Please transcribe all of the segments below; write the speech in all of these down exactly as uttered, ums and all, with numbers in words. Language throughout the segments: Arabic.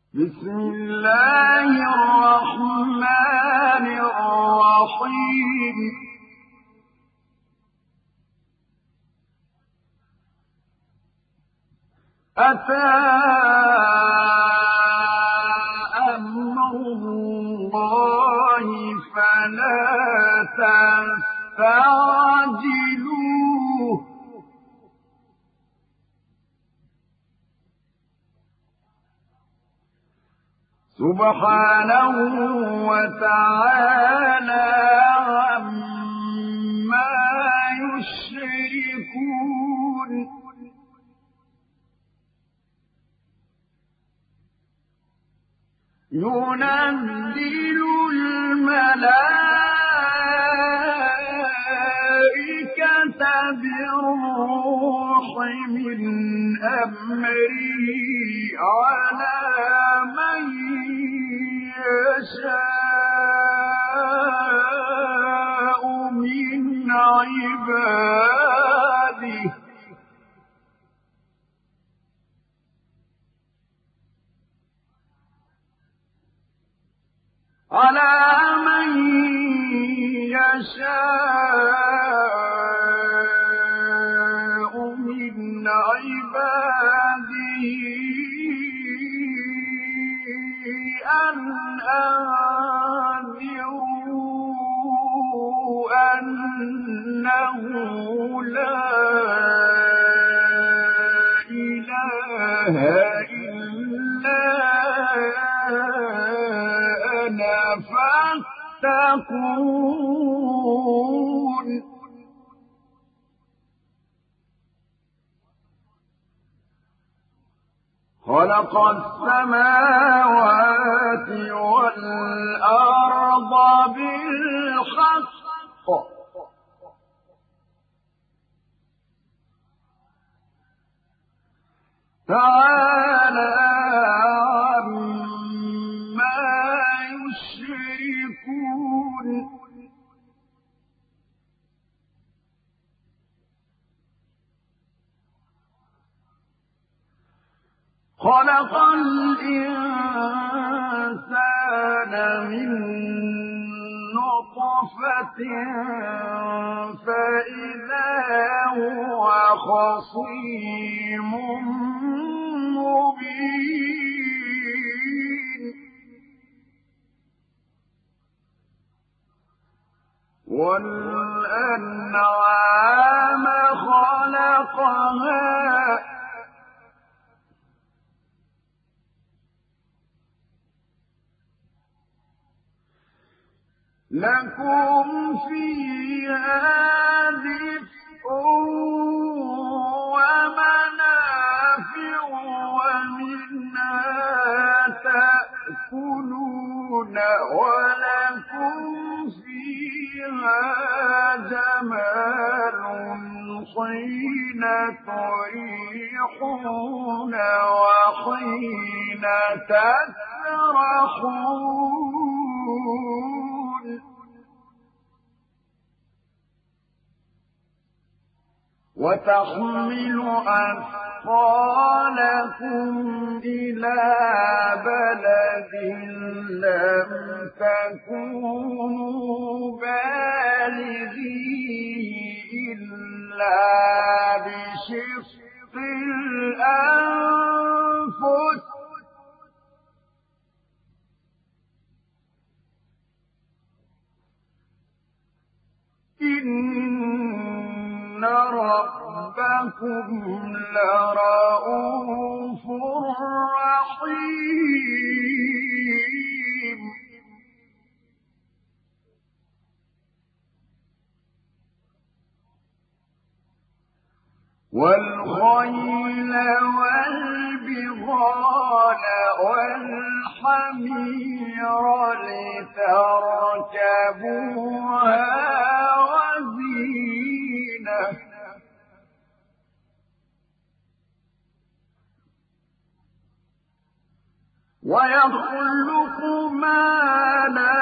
بسم الله الرحمن الرحيم أتى أمر الله فلا تستعجلوه سبحانه وتعالى عما يشركون ينزل الملائكة بالروح من أمره على من يشاء من عباده على من يشاء من عباده أن أنذروا أنه لا إله إلا أنا فاتقون خلق السماوات والأرض بالحق تعالى عما يشركون خلق الإنسان من نطفة فإذا هو خصيم مبين والأنعام خلقها لكم فيها دفء ومنافع ومنها تأكلون ولكم فيها جمال حين تريحون وحين تسرحون وتحمل أثقالكم إلى بلد لم تكونوا بالغيه إلا بشق الأنفس إن ربكم لرءوف رحيم والخيل والبغال والحمير لتركبوها وزينة ويخلق ما لا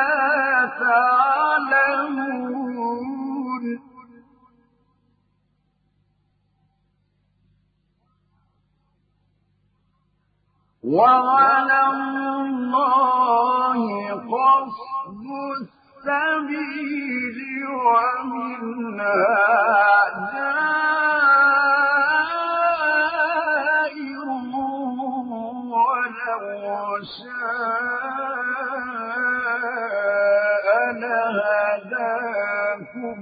تعلمون وعلى الله قصد السبيل ومنها جائر ولو شاء لهداكم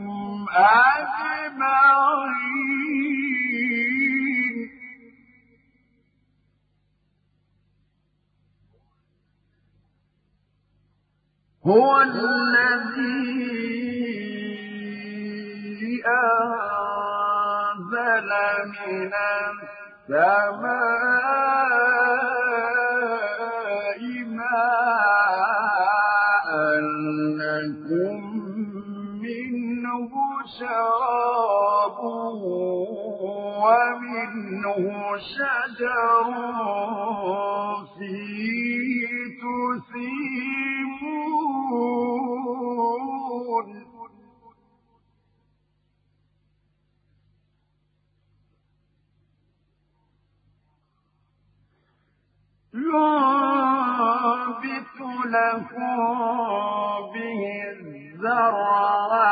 أجمعين. هو الذي أنزل من السماء ماء لكم منه شراب ومنه شجر فيه تسيمون. ينبت لكم به الزرع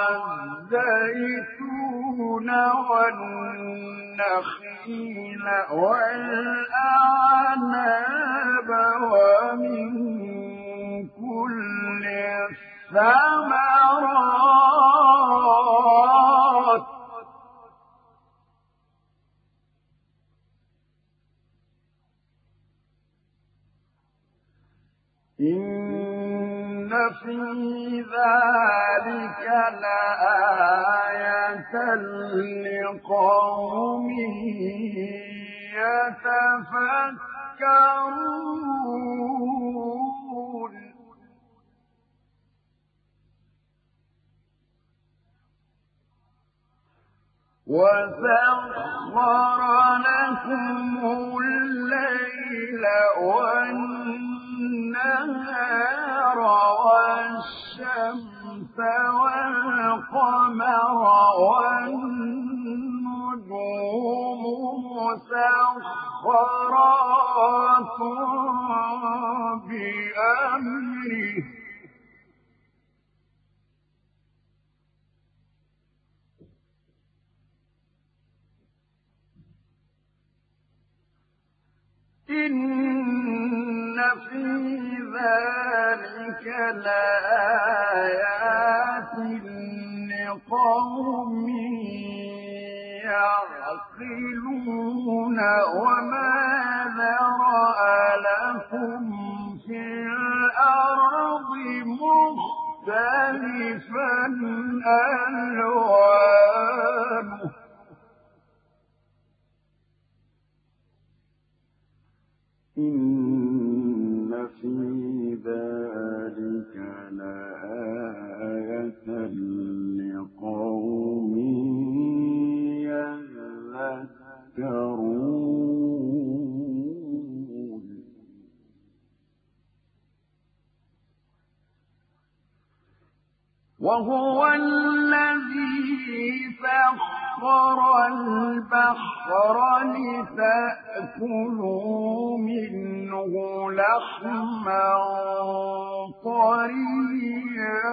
والزيتون والنخيل والأعناب ومن كل الثمرات إن في ذلك لآية لقوم يتفكرون. وسخر لكم الليل والنهار والشمس والقمر والنجوم مسخرات بأمره إن في ذلك لآيات لقوم يعقلون. وما ذرأ لكم في الأرض مختلفا ألوانه إن في ذلك لآية لقوم يذكرون. وهو الذي سخر البحر لتأكلوا منه لحما طريا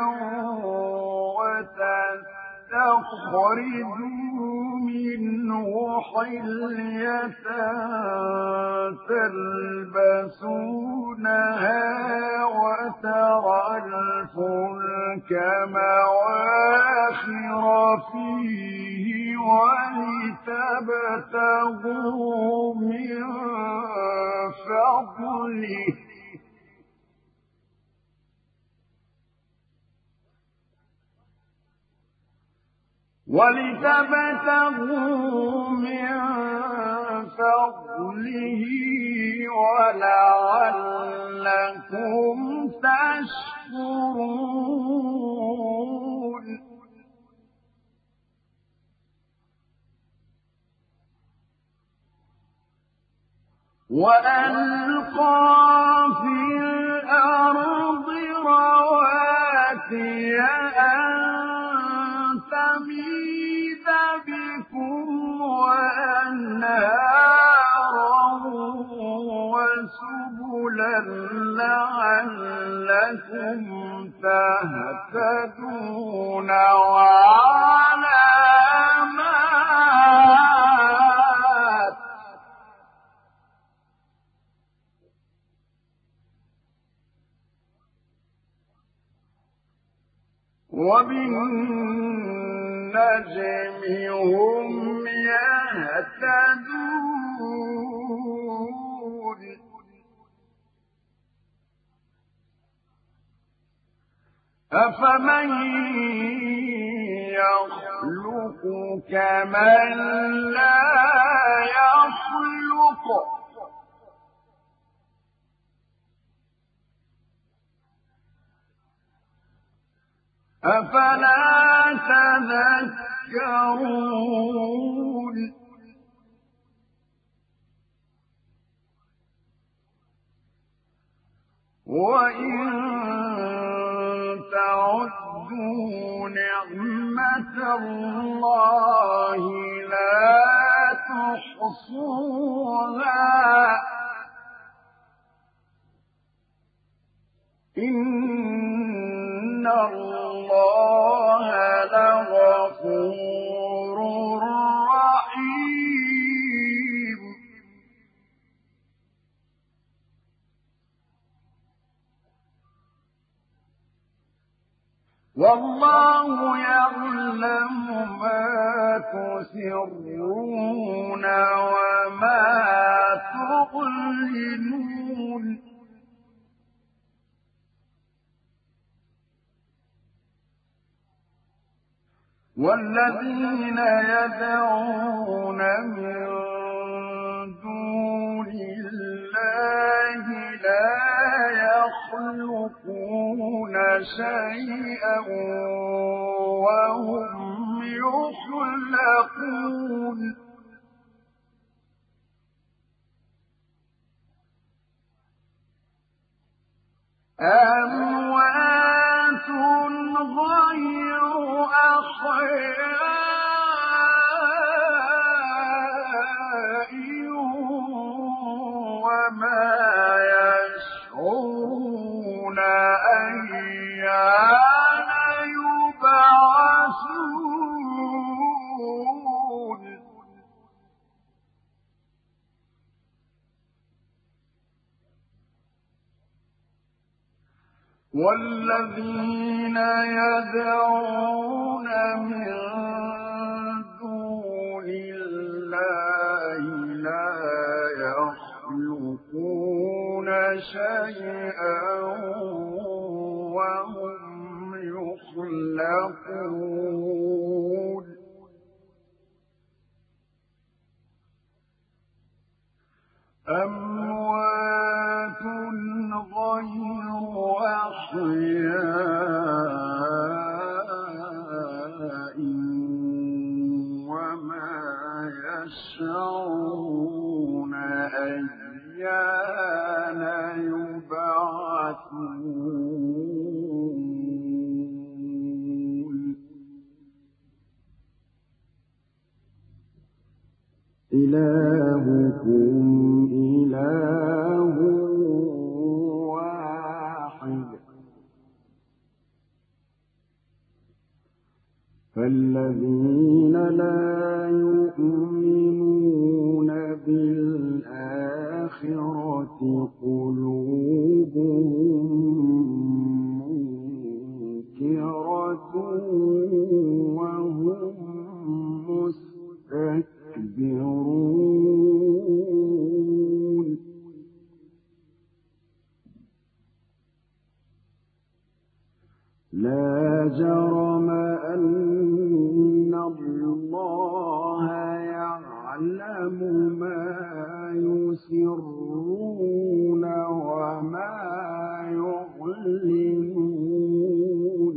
وتستخرجوا منه حلية تلبسونها وترى الفلك مواخر فيه ولتبتغوا من فضله ولتبتغوا من فضله ولعلكم تشكرون. وألقى في الأرض رواسي أن تميد بكم وأنهارا رسلا لعلكم تهتدون وعلامات وبالنجم هم يهتدون أفمن يخلق كمن لا يخلق أفلا تذكرون وإن تعدوا نعمة الله لا تحصوها إن الله لغفور رحيم والله يعلم ما تسرون وما تعلنون والذين يدعون من دون الله لا يخلقون شيئا وهم يخلقون أموات غير أحياء وما يشعرون أيان يبعثون والذين يدعون من دون الله لا يخلقون شيئا وهم يخلقون أموات غير أحياء وما يشعرون أيان يبعثون إلهكم إله واحد فالذين لا يؤمنون بالآخرة قلوبهم منكرة وهم مستكبرون لا جرم أن الله يعلم ما يسرون وما يعلنون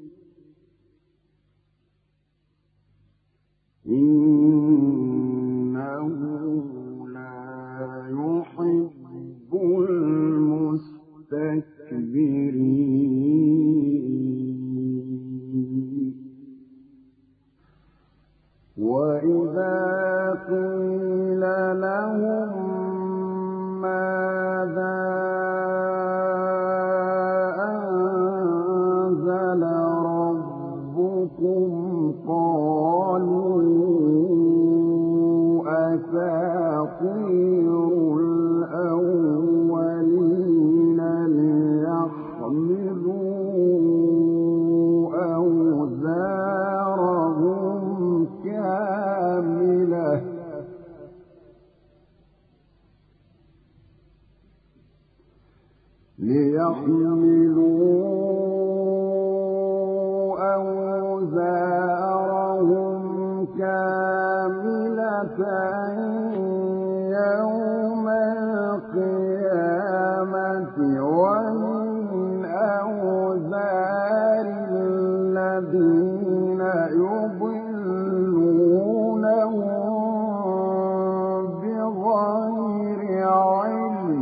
إنه لا يحب المستكبرين ليحملوا أوزارهم كاملة يوم القيامة ومن أوزار الذين يضلونهم بغير علم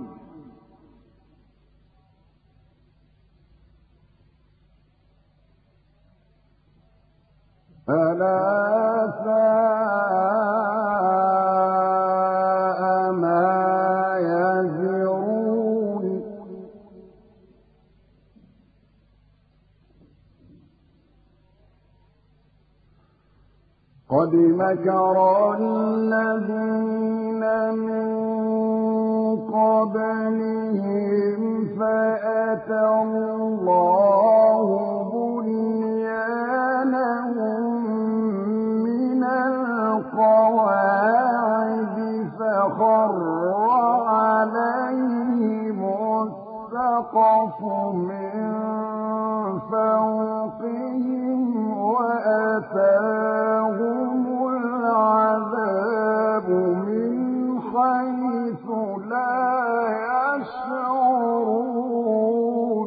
ألا ساء ما يزرون قد مكر الذين من قبلهم فأتى الله بنيانهم من القواعد فخر عليهم السقف من فوقهم وأتاهم العذاب من حيث لا يشعرون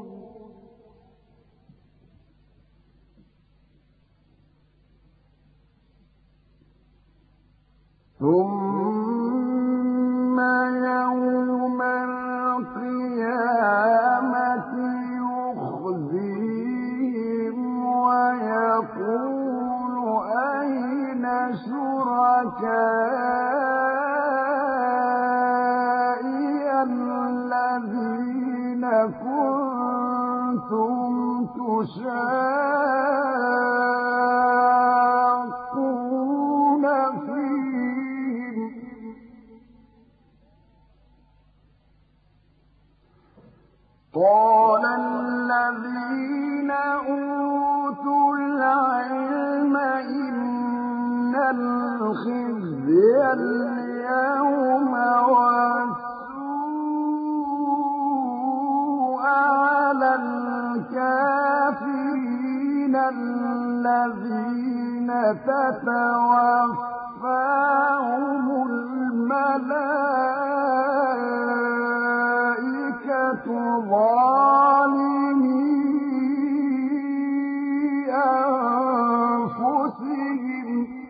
ثم يوم القيامة يخزيهم ويقول أين شركائي الذين كنتم تشاقون فيهم قال الذين أوتوا العلم إن الخزي اليوم والسوء على الكافرين الذين تتوفاهم الملائكة ظالمي أنفسهم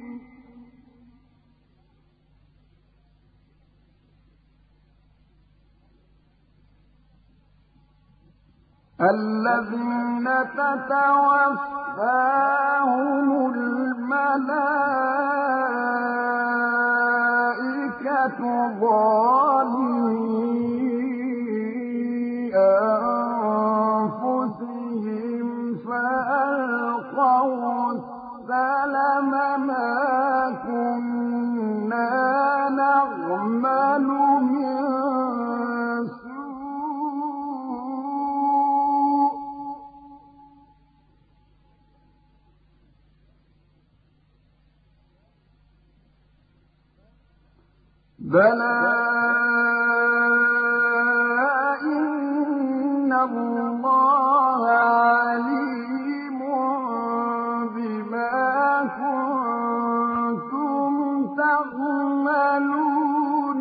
الذين تتوفاهم الملائكة ظالمي أنفسهم فألقوا السلم ما كنا نعمل من سوء بلى إن الله عليم بما كنتم تعملون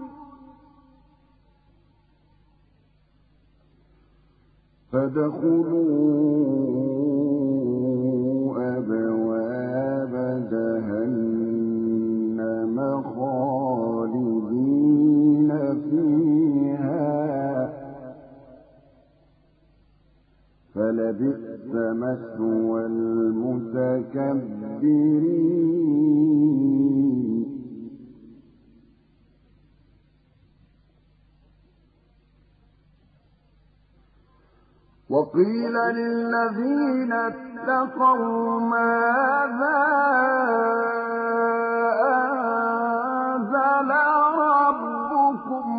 فادخلوا أبواب جهنم خالدين فيها فلبئس مثوى المتكبرين وقيل للذين اتقوا ماذا أنزل ربكم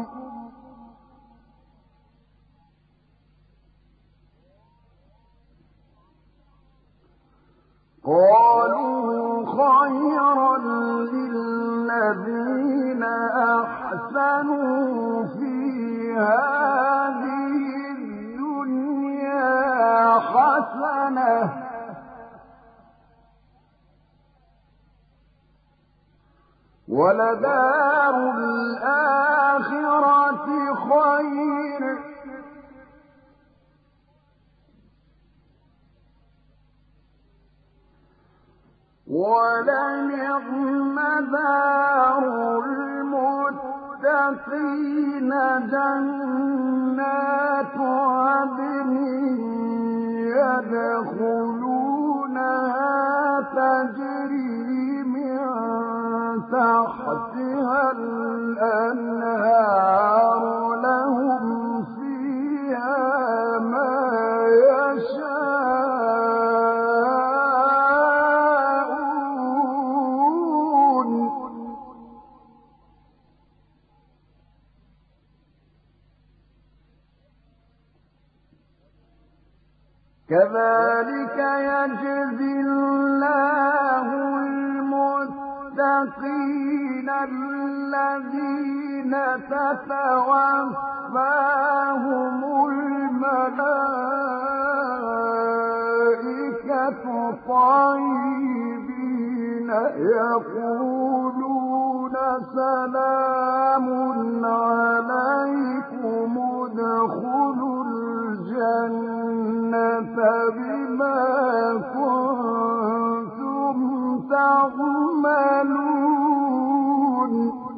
قالوا خيرا للذين أحسنوا في هذه ولدار الآخرة خير ولنعم دار المتقين جنات عدن يدخلونها تجري من تحتها الأنهار لهم فيها ما يشاءون كذلك يجزي الله المتقين الذين تتوفاهم الملائكة طيبين يقولون سلام عليكم ادخلوا الجنة بما كنتم تعملون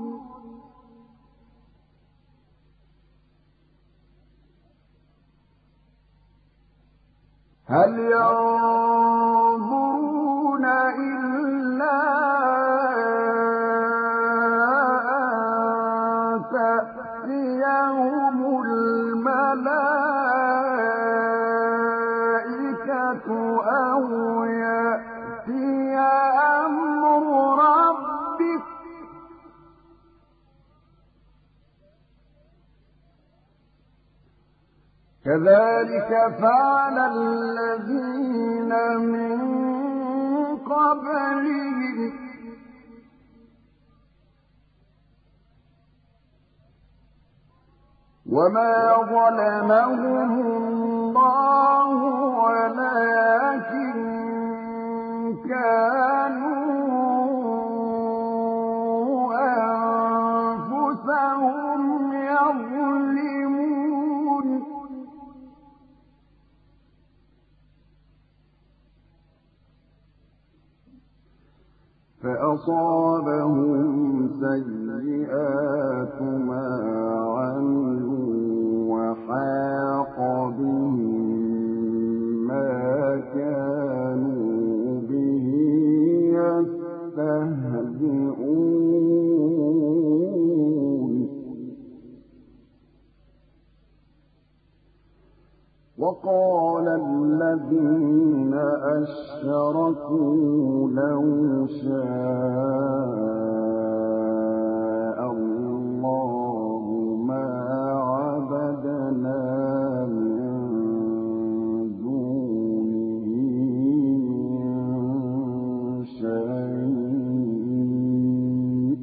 هل ينظرون إلا أن تأتيهم الملائكة أو يأتي أمر ربك كذلك فعل الذين من قبلهم وما ظلمهم الله ولكن كانوا أنفسهم يظلمون فأصابهم سيئات ما عملوا وحاق بهم ما كانوا به يستهزئون وقال الذين أشركوا لو شاء الله ما عبدنا من دونه من شيء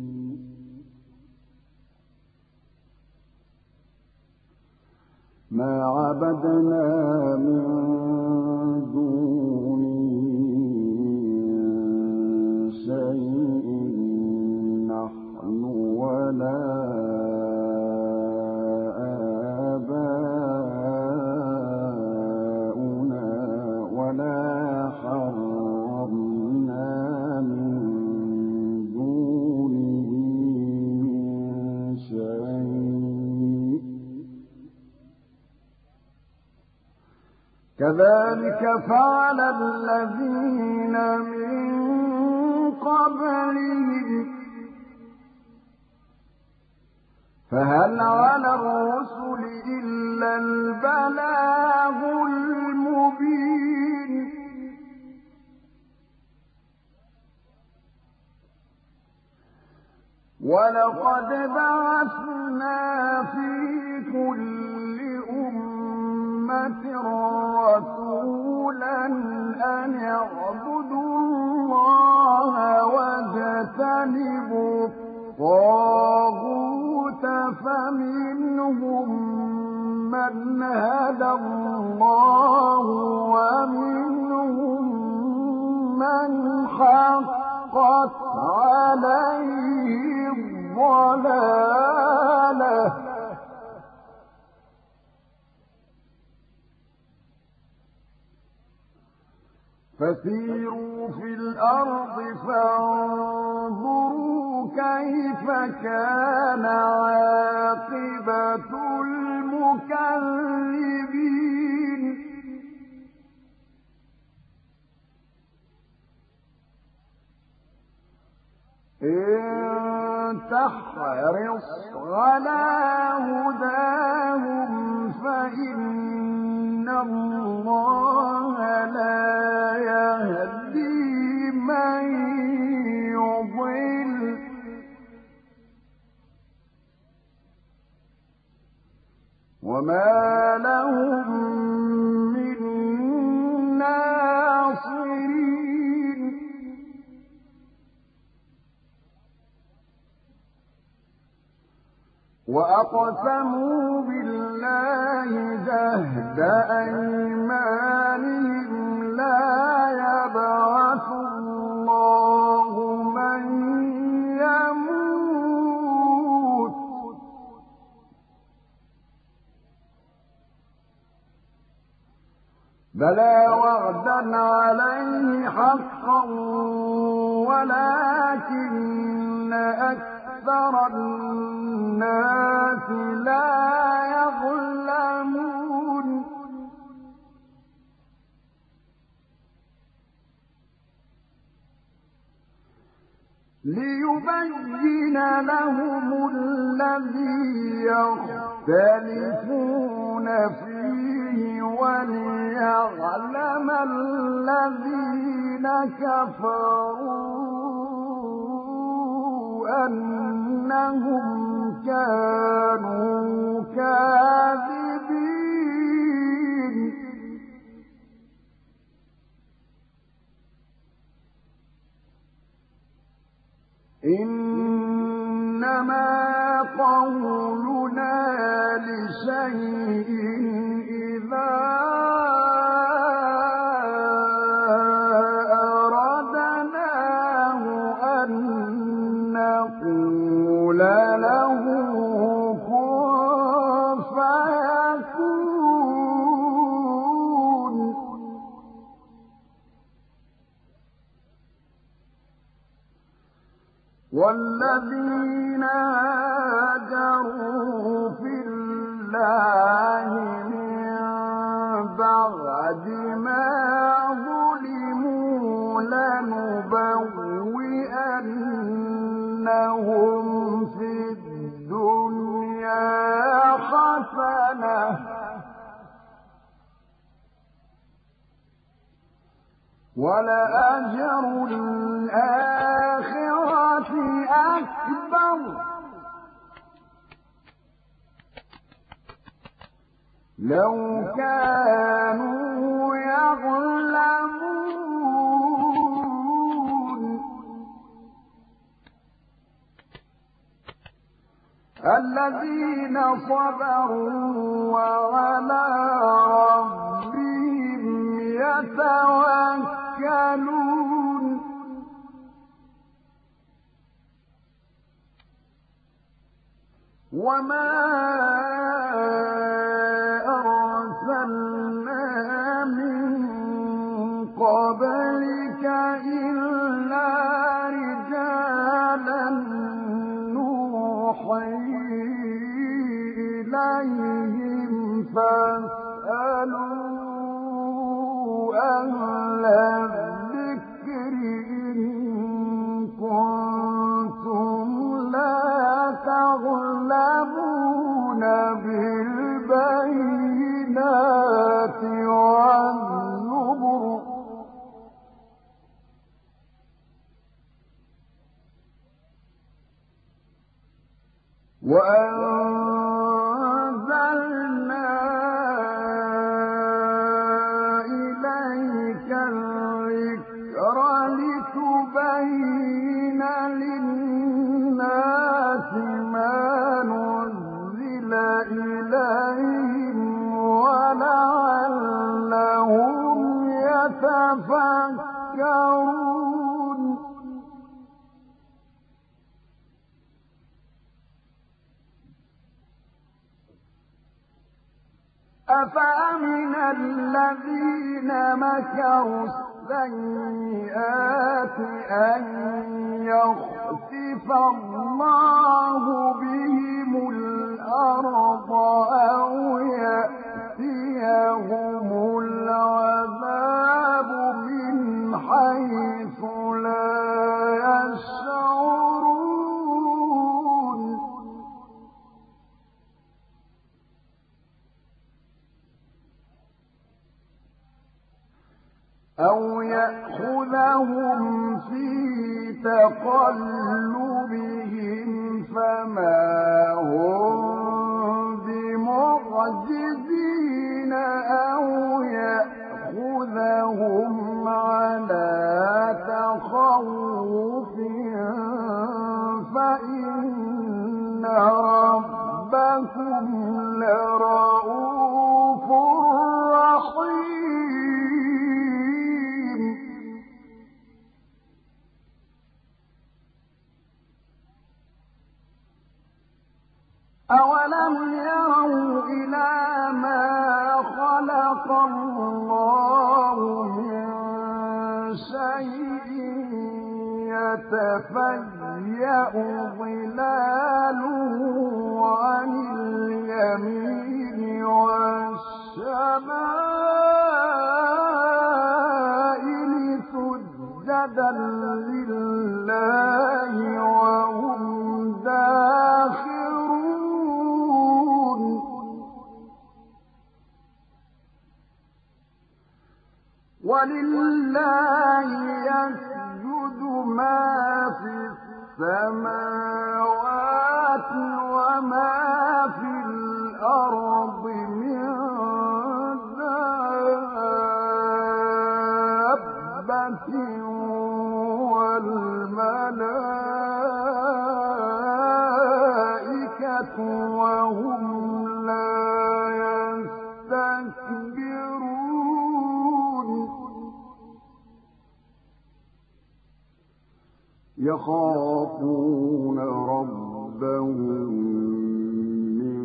ما عبدنا من دونه من شيء نحن ولا آباؤنا ولا حرمنا من دونه من شيء كذلك فعل الذين من قبلهم فهل على الرسل إلا البلاغ المبين ولقد بعثنا في كل أمة رسولا أن اعبدوا الله واجتنبوا الطاغوت فمنهم من هدى الله ومنهم من حقت حقت عليه الضلالة فسيروا في الأرض فانظروا كيف كان عاقبة المكذبين إن تحرص على هداهم فإن الله لا يهدي من يضل وما لهم من ناصرين وأقسموا بالله جهد أيمانهم لا يبعث الله من يموت بلى وعدا عليه حقا ولكن أكثر الناس لا يظلمون ليبين لهم الذي يختلفون فيه وليعلم الذين كفروا أنهم كانوا كاذبين إنما قولنا لشيء إذا أردناه أن نقول له كن فيكون والذين هاجروا في الله من بعد ما ظلموا لنبوئنهم في الدنيا حسنة ولأجر الآخرة أكبر لو كانوا يعلمون الذين صبروا وعلى ربهم يتوكلون وما أرسلنا من قبلك إلا رجالا نوحي إليهم فاسألوا أهل الذكر إن كنتم لا تعلمون أفأمن الذين مكروا السيئات أن يخسف الله بهم الأرض أو يأتيهم العذاب من حيث لا يشعرون أو يأخذهم في تقلبهم فما هم بمعجزين أو يأخذهم على تخوف فإن ربكم لرؤوف رحيم أولم يروا إلى ما خلق الله من شيء يتفيأ ظلاله عن اليمين والشمائل سجدا لله وهم داخرون ولله يسجد ما في السماوات وما في الأرض من دابة والملائكة وهم لا يستكبرون يخافون ربهم من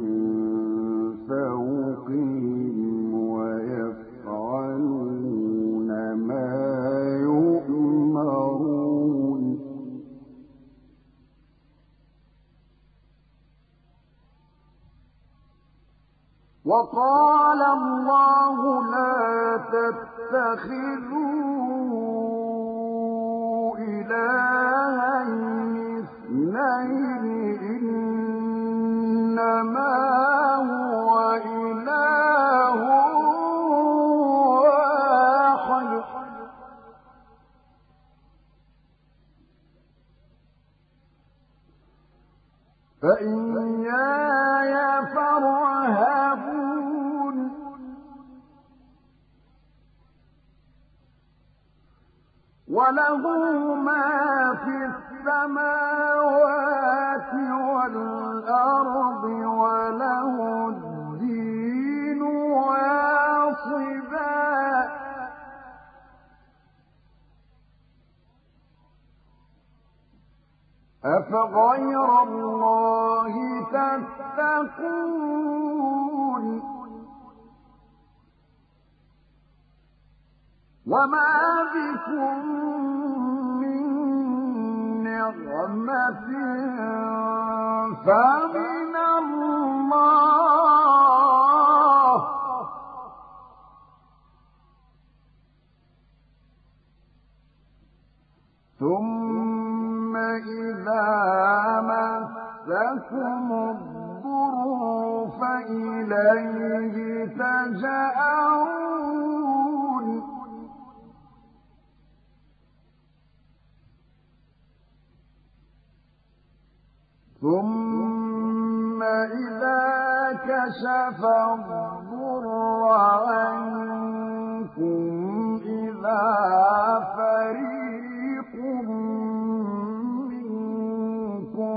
فوقهم ويفعلون ما يؤمرون وقال الله لا تتخذوا إلهين اثنين إنما هو إله واحد فإياي فارهبون وله ما في السماوات والأرض وله الدين واصبا أفغير الله تتقون وما بكم من نعمة فمن الله ثم إذا مسكم الضر فإليه تجأرون ثم إذا كشف الضر عنكم إذا فريق منكم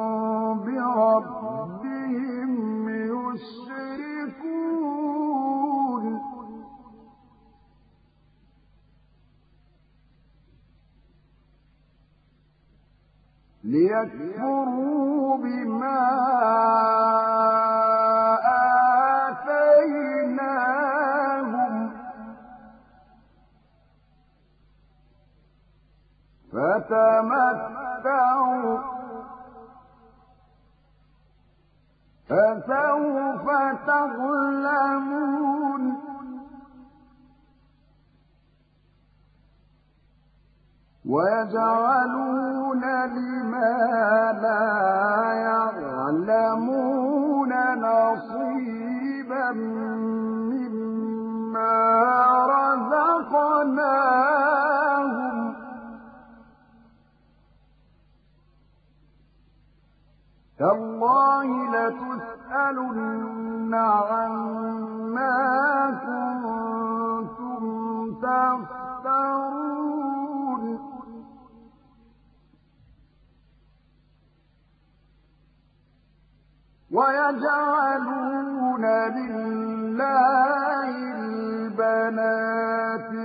بربهم يشركون ليكفروا بما آتيناهم فتمتعوا فسوف تعلمون ويجعلون لما لا يعلمون نصيبا مما رزقناهم تالله لتسألن عما كنتم تفترون ويجعلون لله البنات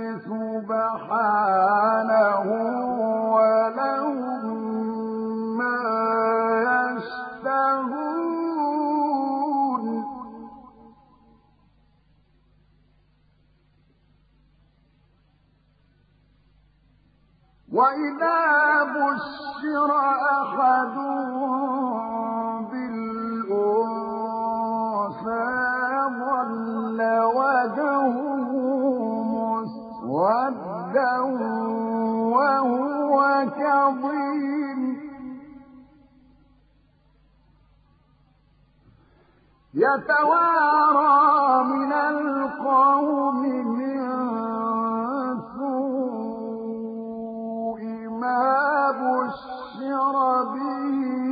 سبحانه ولهم ما يشتهون وإذا بشر أحدهم ظل وجهه مسودا وهو كظيم يتوارى من القوم من سوء ما بشر به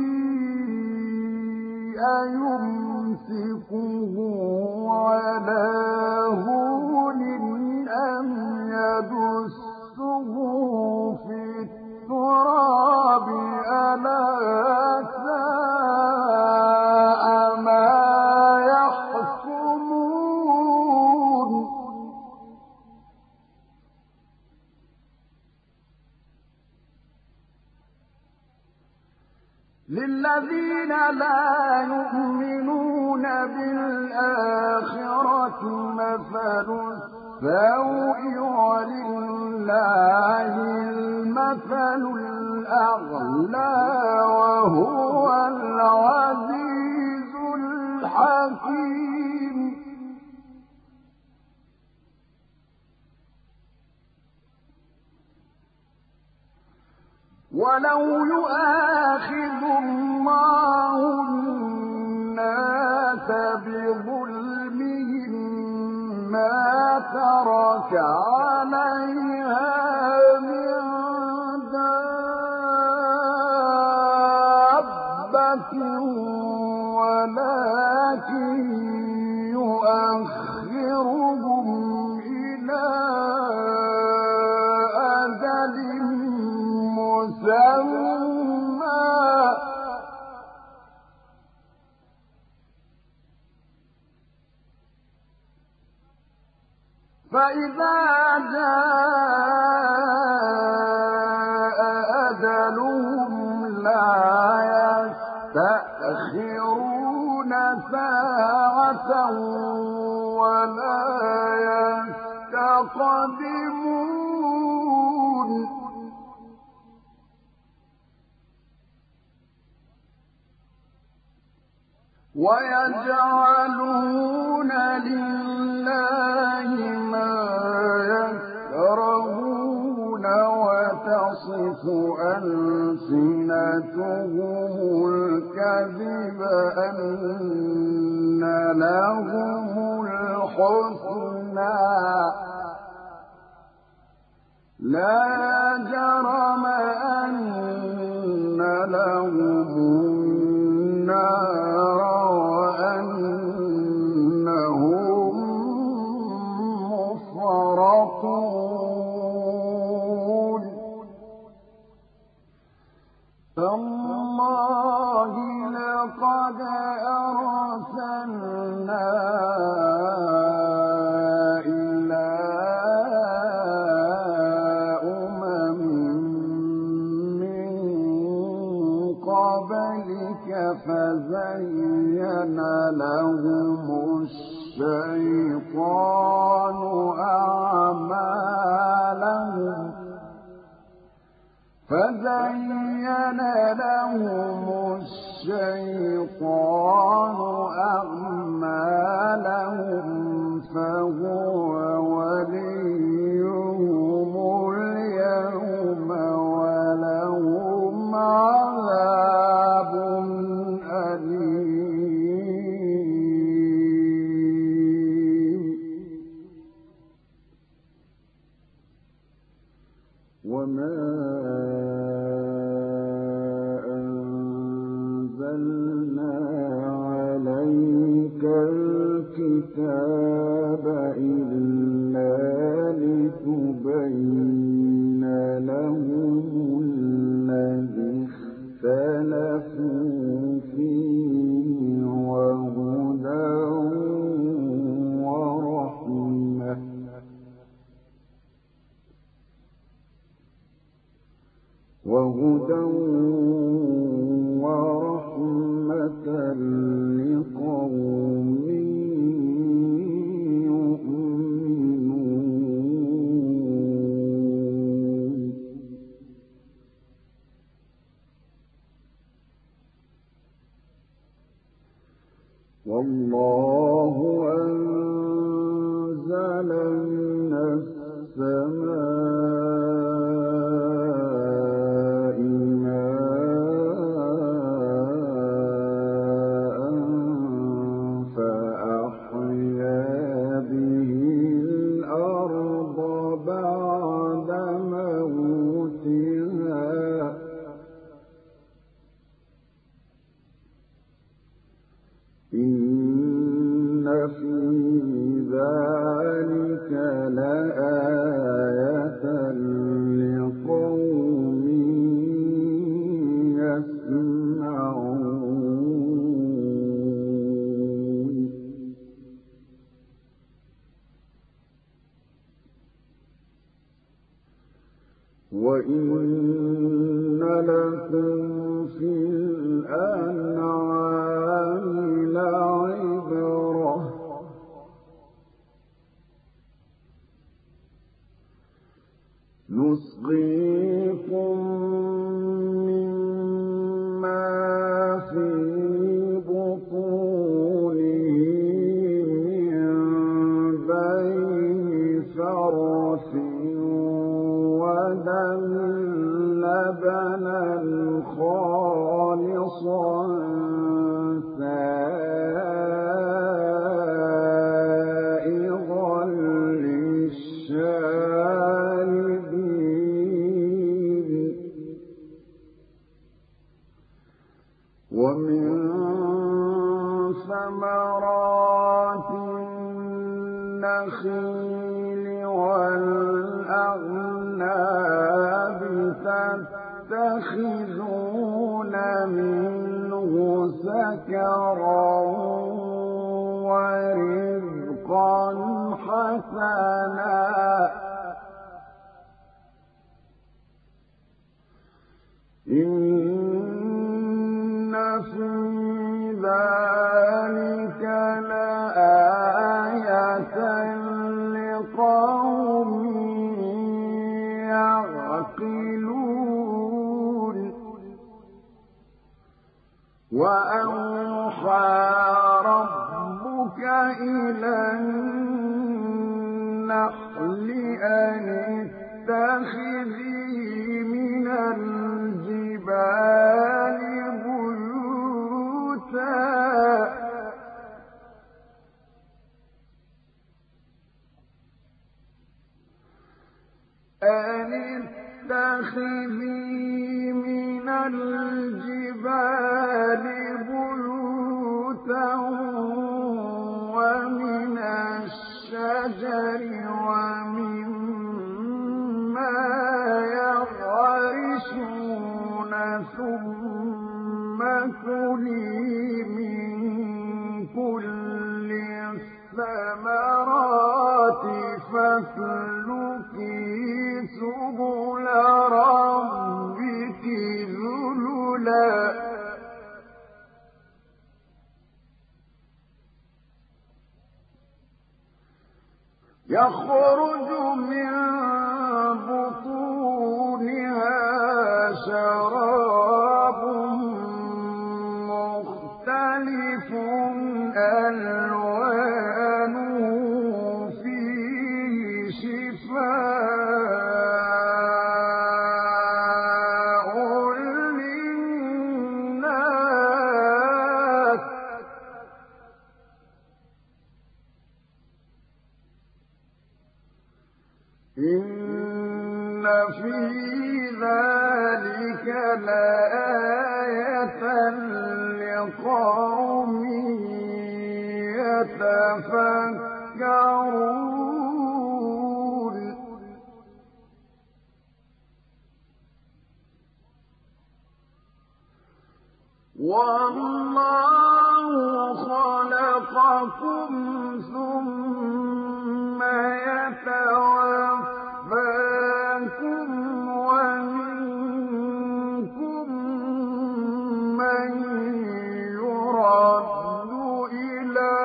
أيمسكه على هون أم يدسه في التراب ألا ساء ما يحكمون للذين لا يؤمنون بالآخرة مثل السوء ولله المثل الأعلى وهو العزيز الحكيم ولو يؤاخذ الله الناس بظلمهم ما ترك عليها من دابة ولكن يؤخرهم إلى أجل مسمى فإذا جاء أجلهم لا يستأخرون ساعة ولا يستقدمون ويجعلون لله ما يكرهون وتصف ألسنتهم الكذب أن لهم الحسنى لا جرم أن لهم النار وأنهم مفرطون تالله لقد أرسلنا إلى أمم من قبلك فزين لهم الشيطان أعمالهم فزين وزين لهم الشيطان أعمالهم فهو وليهم اليوم ولهم عذاب أليم وما أنزلنا عليك الكتاب إلا لتبين لهم الذي اختلفوا فيه وهدى ورحمة وهدى ورحمة لقوم يؤمنون والله أنزل من السماء ماء فأحيا به الأرض بعد موتها إن في ذلك لآية لقوم يسمعون وإن لكم في الأنعام لعبرة نسقيكم مما في بطونه من بين فرث ودم لبنا خالصا سائغا للشاربين ومن ثمرات النخيل والأعناب تتخذون منه سكرا ورزقا حسنا إن في ذلك لآية لقوم يعقلون وأوحى ربك إلى النحل أن اتخذي من الجبال بيوتا أن اتخذي من الجبال بيوتا ومن الشجر ومما يعرشون ثم كلي من كل الثمرات فاسلكي سبل ربك ذللا يخرج من بطونها شراب إن في ذلك لآية لقوم يتفكرون والله خلقكم ثم يتوفاكم ومنكم من يرد إلى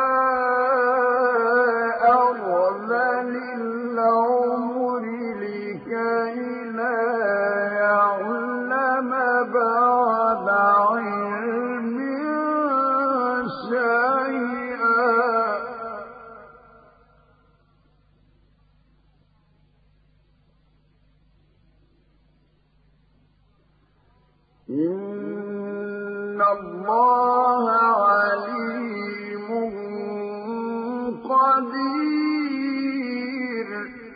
أرذل العمر لكي لا يعلم بعد علم شيئا إن الله عليم قدير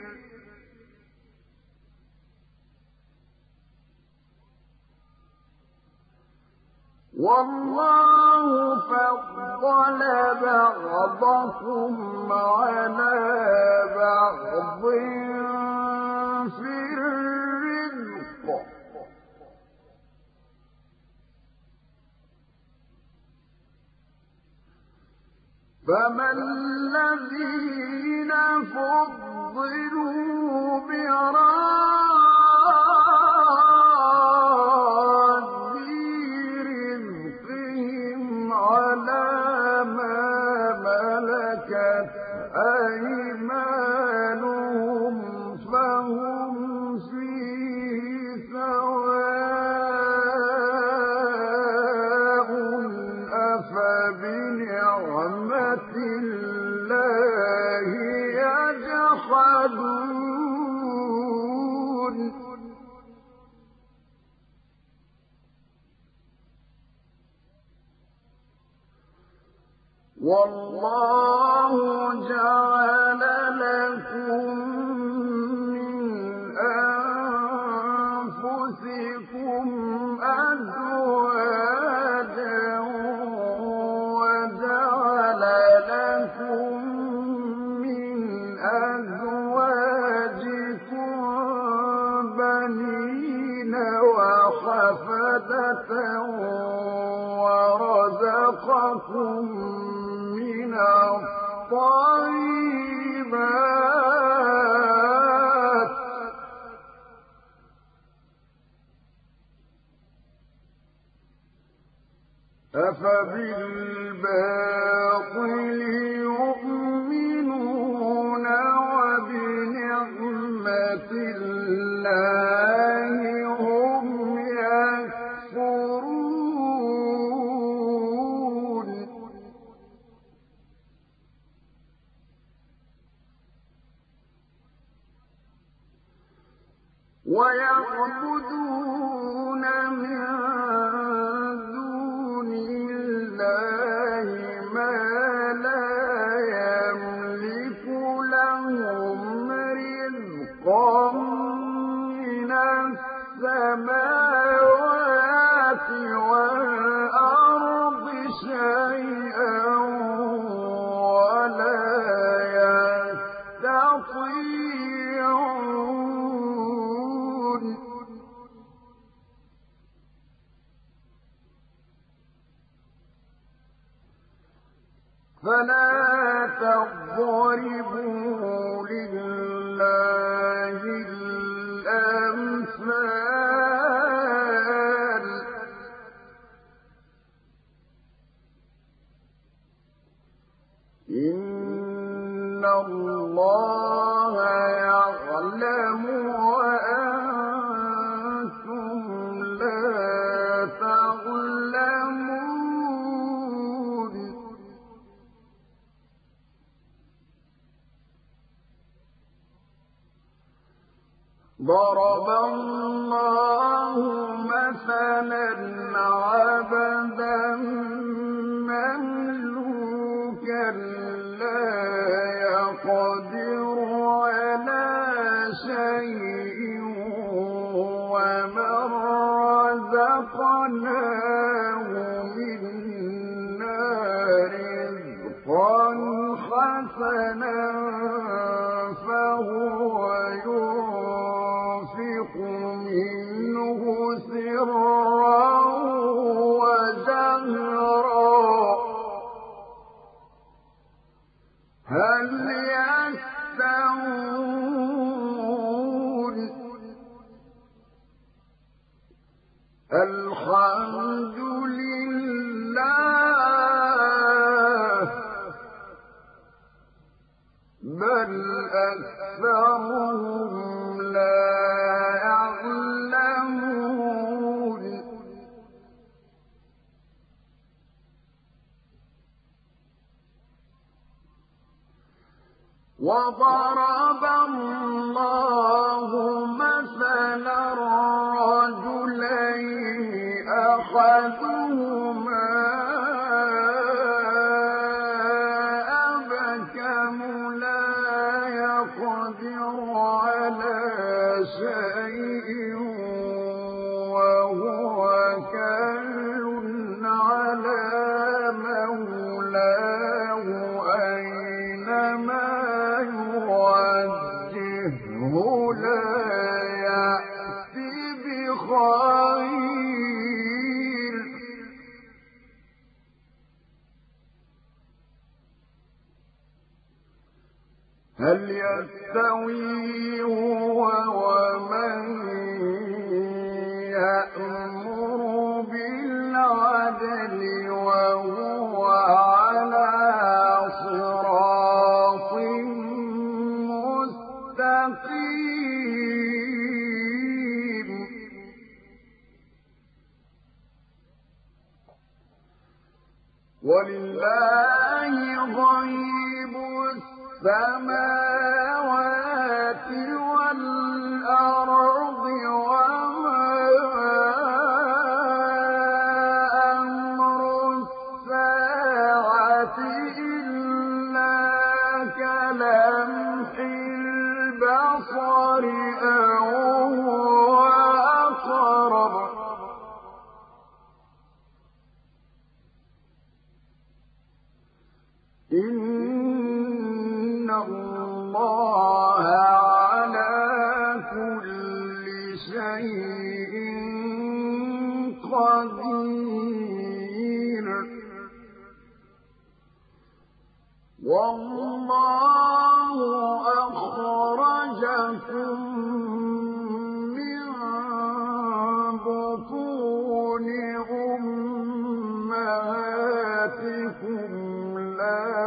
والله فضل بعضكم على بعض في الرزق فما الذين فضلوا براد رزقهم على ما ملكت أيمانهم فهم فيه سواء أفبنعمة الله يجحدون والله جعل لكم من أنفسكم أزواجا وجعل لكم من أزواجكم بنين وحفدة ورزقكم من الطيبات أفبالباطل يؤمنون وبنعمة الله هم يكفرون ويعبدون من دون الله ما لا يملك لهم رزقا من السماوات والأرض شيئا ولا يستطيعون فلا تضربوا لله الأمثال إن الله يعلم وأنتم لا تعلمون ضرب الله مثلا عبدا مملوكا لا يقدر على حسنا فهو ينفق منه سرا وجهرا هل يستوون الحمد لله بل أكثرهم لا يعلمون وضرب الله مثلا رجلين أحدهما أبكم لا يقدر على شيء وهو كل على مولاه أينما يوجهه لا يأتي بخير هل يستوي هو ومن يأمر بالعدل وهو على صراط مستقيم ولله غيب السماوات والأرض وما أمر الساعة إلا كلمح البصر أو هو أقرب إن الله على كل شيء قدير والله أخرجكم من بطون أمهاتكم لا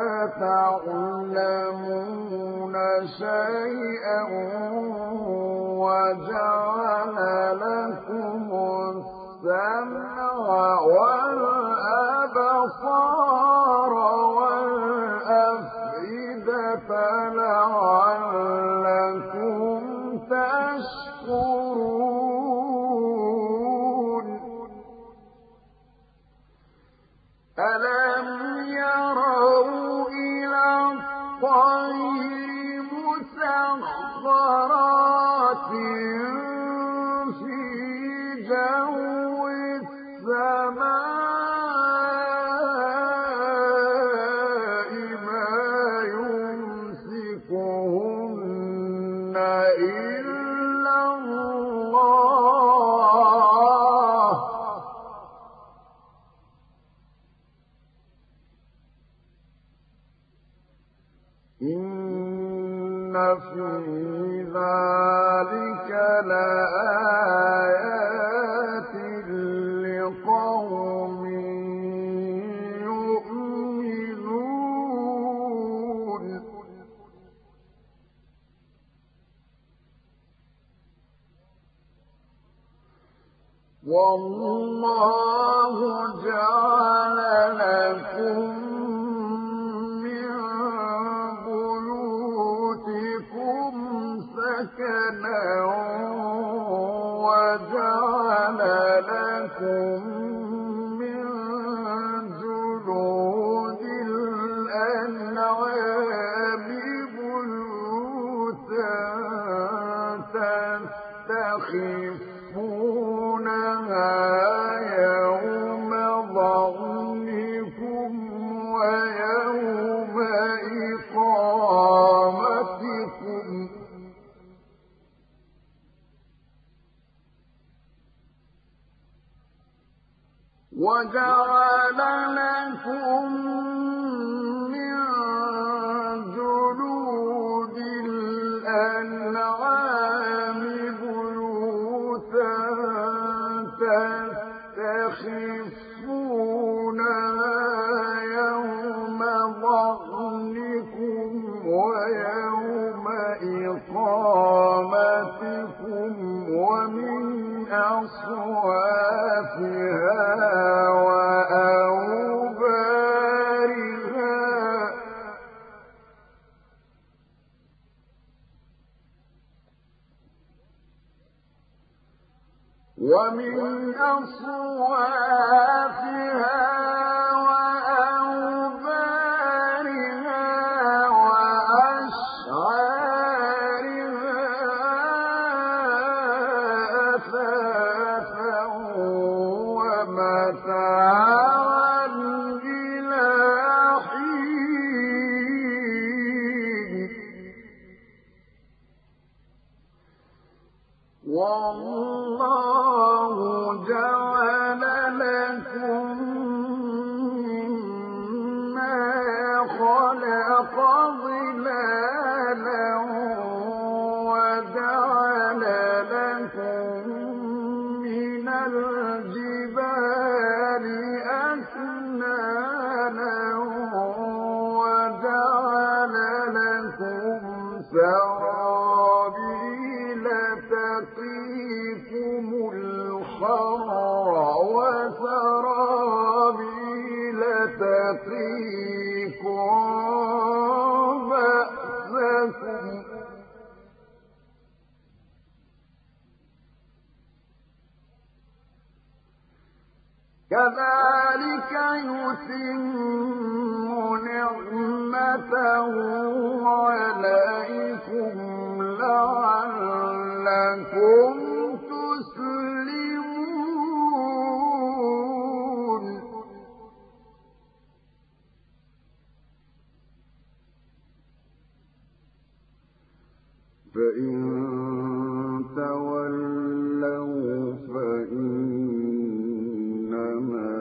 تعلمون شيئا وجعل لكم السمع والأبصار والأفئدة لعلكم تشكرون ألم يروا إلى الطير مسخرات في جو السماء ما يمسكهن إلا الله إن في ذلك لآيات لقوم يؤمنون والله جعل لكم سكنا وجعل لكم من جلود الأنعام بيوتا تستخفونها يوم ظعنكم وجعل لكم من جلود الأنعام بيوتا تستخفونها يوم ظعنكم ويوم إقامتكم ومن أصوافها وأوبارها ومن أصوافها وأوبارها وأشعارها أثاثا ومتاعا إلى حين والله جعل لكم مما خلق ظلالا وجعل لكم من الجبال أكنانا وجعل لكم سرابيل تقيكم الحر وسرابيل تقيكم بأسكم كذلك يتم نعمته عليكم لعلكم تسلمون فإن تولوا فإنما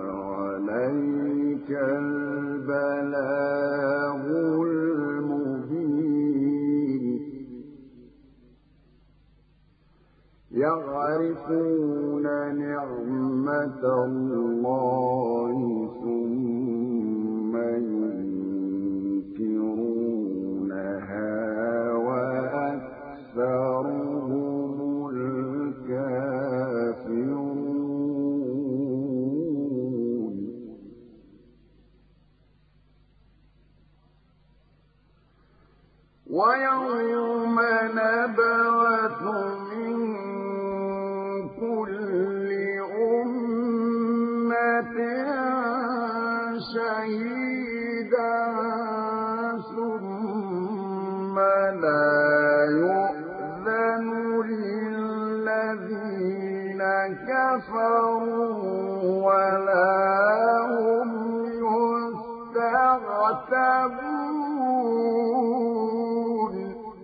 عليك البلاغ المبين يعرفون نعمة الله ثم ينكرونها وأكثرهم الكافرون ويوم نبعث من كل أمة شهيدا ثم لا يؤذن للذين كفروا ولا هم يستعتبون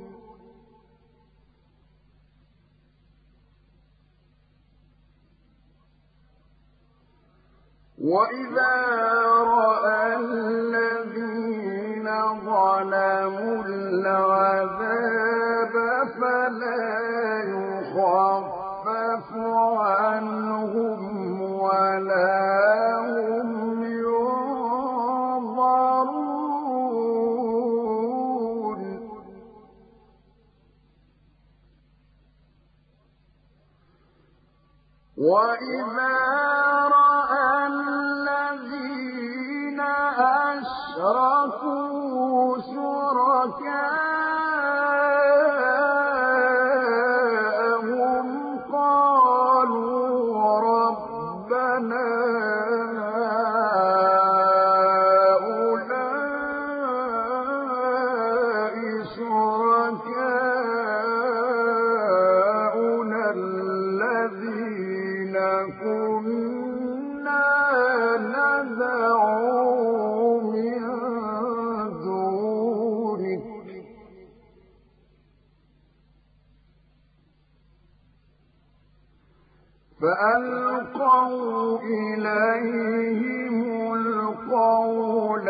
وإذا رأى الذين ظلموا العذاب فلا يخفف عنهم ولا هم ينظرون وإذا رأى الذين أشركوا شركاءهم قالوا ربنا هؤلاء شركاؤنا الذين كنا فألقوا إليهم القول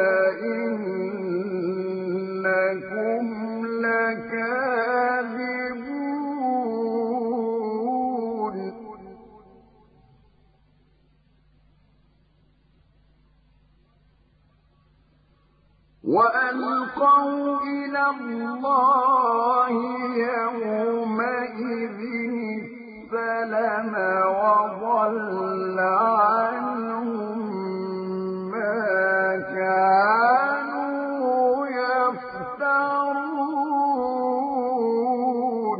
إنكم لكاذبون وألقوا إلى الله يومئذ السلم وضل عنهم ما كانوا يفترون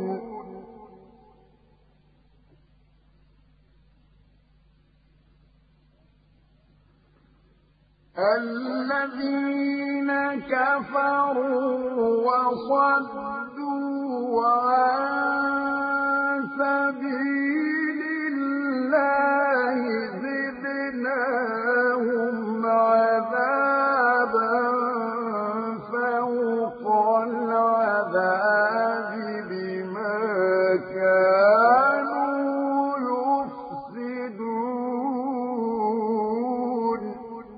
الذين كفروا وصدوا عن سبيل الله زدناهم عذابا فوق العذاب بما كانوا يفسدون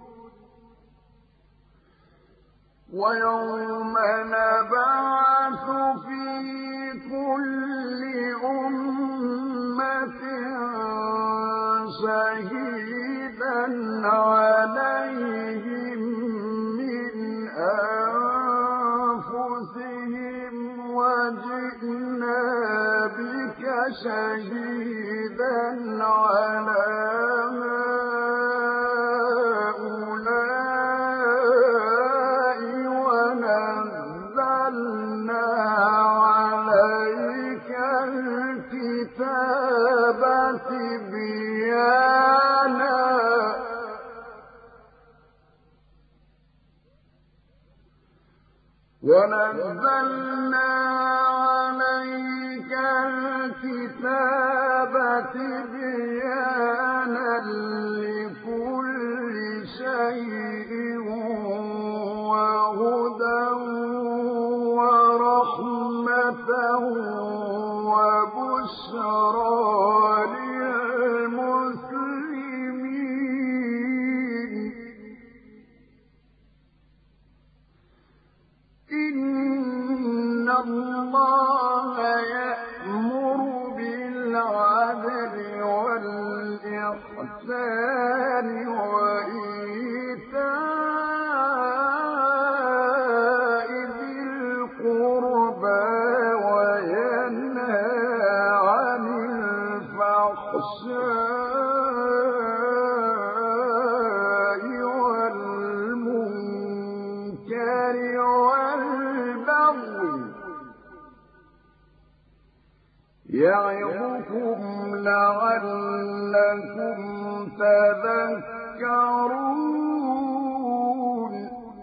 ويوم نبعث في كل أمة شهيدا عليهم من أنفسهم وجئنا بك شهيدا على هؤلاء ونزلنا عليك الكتاب تبيانا ونزلنا عليك الكتاب تبيانا لكل شيء وهدى ورحمة وبشرى للمسلمين إن الله يأمر بالعدل والإحسان وإيتاء ذي القربى وينهى عن الفحشاء والمنكر والبغي يعظكم لعلكم تذكرون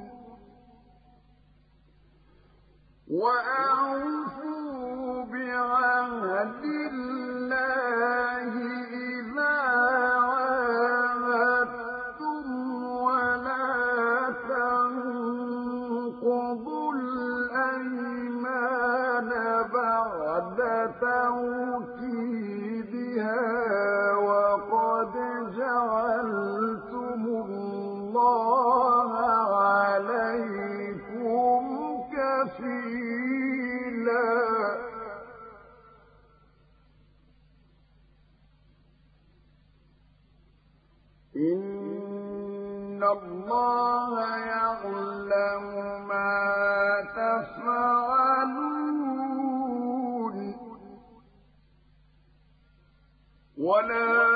وأوفوا بعهد الله إذا عاهدتم ولا تنقضوا الأيمان بعد توكيدها وقد جعلتم الله عليكم كفيلا إن الله يعلم ما تفعلون ولا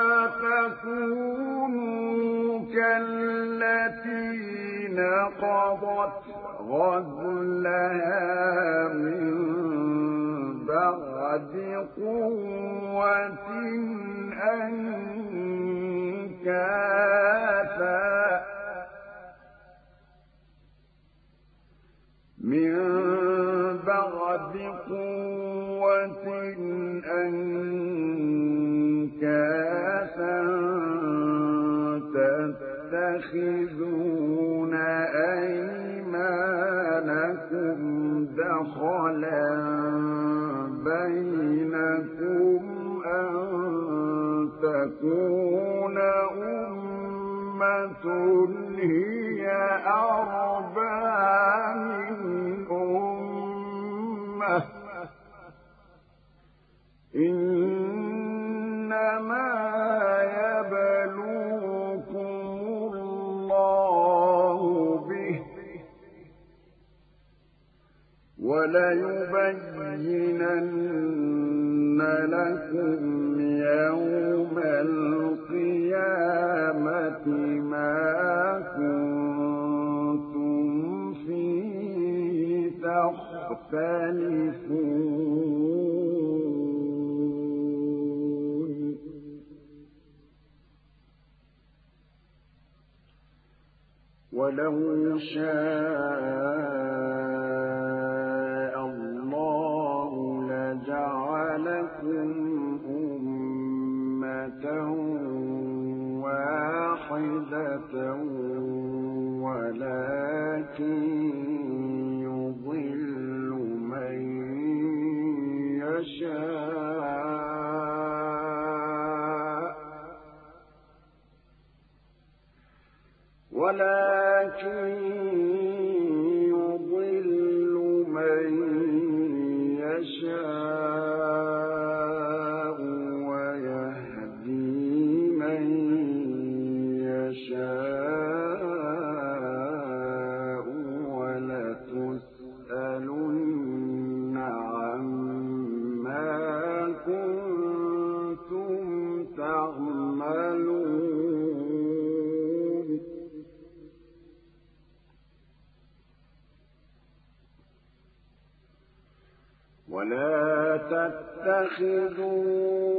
تكونوا كالتي نقضت غزلها من بعد قوة أنكاثا من بعد قوة أنكاثا تتخذون أيمانكم دخلا بينكم أن تكون أمة هي أربى من أمة إنما يبلوكم الله به وليبينن لكم يوم القيامة ما كنتم فيه تختلفون ولو شاء الله لجعلكم أمة واحدة ولكن يضل من يشاء ولكن يضل من يشاء ويهدي من يشاء ولتسألن عما كنتم تعملون ولا تتخذوا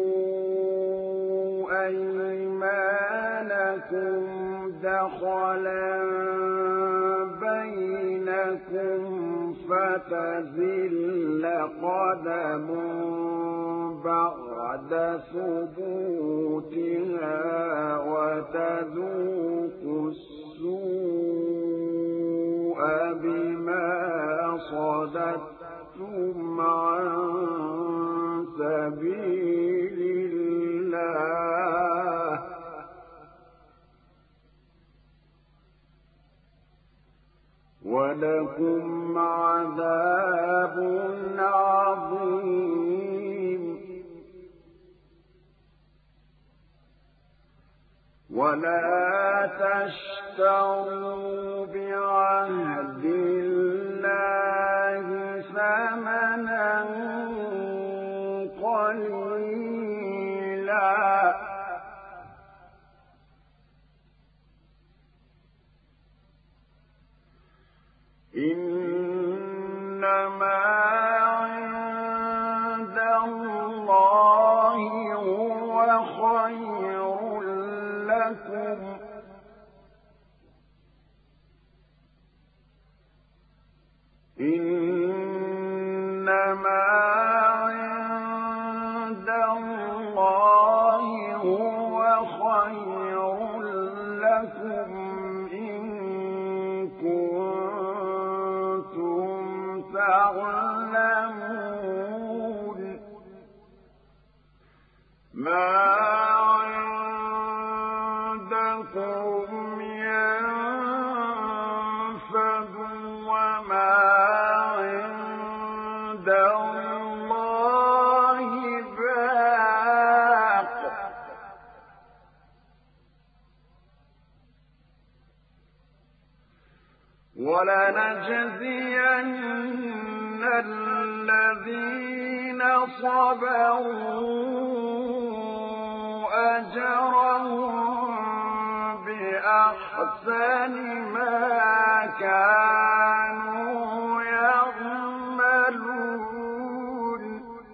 أيمانكم دخلا بينكم فتزل قدم بعد ثبوتها وتذوقوا السوء بما صددتم عن سبيل الله ولكم عذاب عظيم ولا تشتروا بعهد الله ثمنا قليلا إنما عند الله هو خير لكم إنما عند الله هو خير لكم إن كنتم تعلمون ما عندكم ينفد وما عند الله باق ولنجزين الذين صبروا أجرهم بأحسن ما كانوا يعملون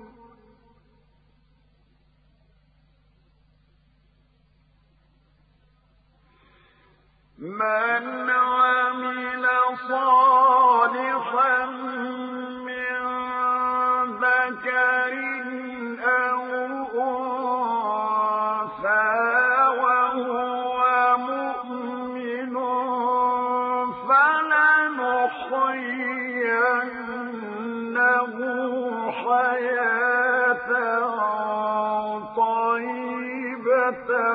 من عمل صالحا من ذكر أو أنثى وهو مؤمن فلنحيينه حياة طيبة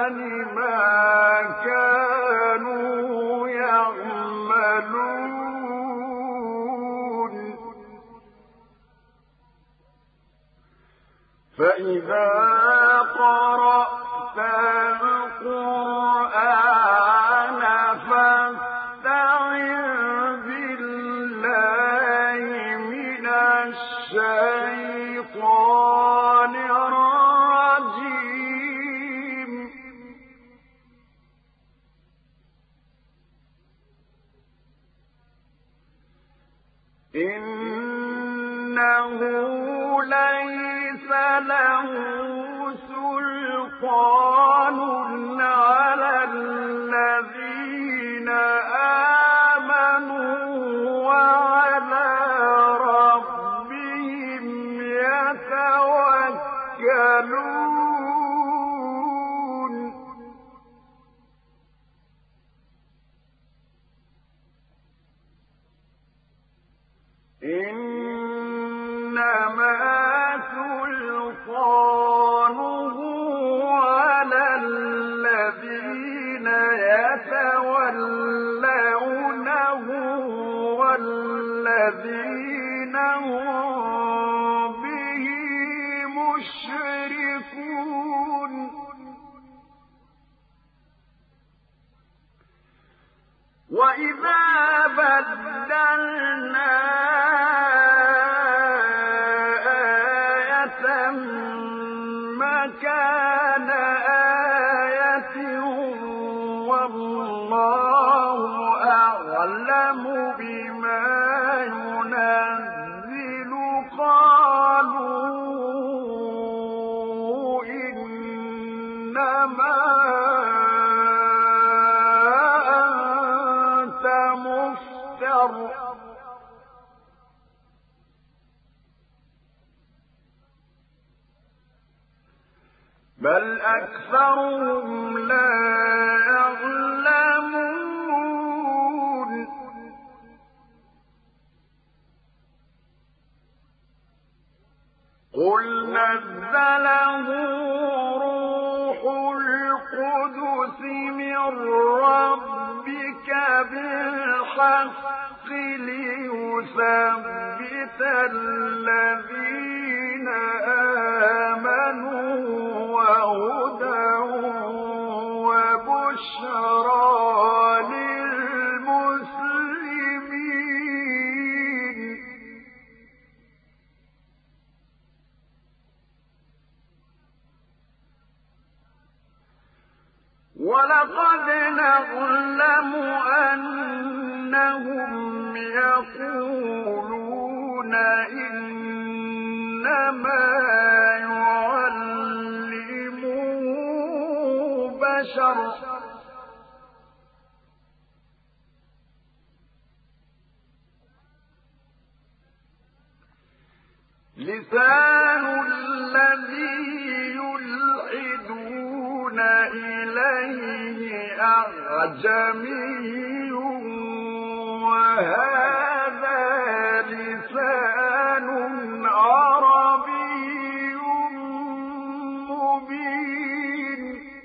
أَحْسَنِ مَا كَانُوا يَعْمَلُونَ فَإِذَا قَرَأْتَ الْقُرْآنَ فَاسْتَعِذْ بِاللَّهِ مِنَ الشَّيْطَانِ الرَّجِيمِ إِنَّهُ لَيْسَ لَهُ سُلْطَانٌ عَلَى الَّذِينَ آمَنُوا وَعَلَىٰ رَبِّهِمْ يَتَوَكَّلُونَ إِنَّمَا سُلْطَانُهُ عَلَى الَّذِينَ يَتَوَلَّوْنَهُ وَالَّذِينَ هُم بِهِ مُشْرِكُونَ وَإِذَا بَدَّلْنَا آيَةً مَّكَانَ آيَةٍ وَاللَّهُ أَعْلَمُ بِمَا يُنَزِّلُ قَالُوا إِنَّمَا أَنتَ مُفْتَرٍ بَلْ أَكْثَرُهُمْ لَا يَعْلَمُونَ قُلْ نَزَّلَهُ رُوحُ الْقُدُسِ مِنْ رَبِّكَ بِالْحَقِّ لِيُثَبِّتَ الَّذِينَ آمَنُوا وَهُدًى وَبُشْرَىٰ لِلْمُسْلِمِينَ وَلَقَدْ نَعْلَمُ أَنَّهُمْ يَقُولُونَ إِنَّمَا يُعَلِّمُهُ بَشَرٌ لِسَانُ الَّذِي يُلْحِدُونَ إِلَيْهِ أَعْجَمِيٌّ وَهَٰذَا لِسَانٌ عَرَبِيٌّ مُّبِينٌ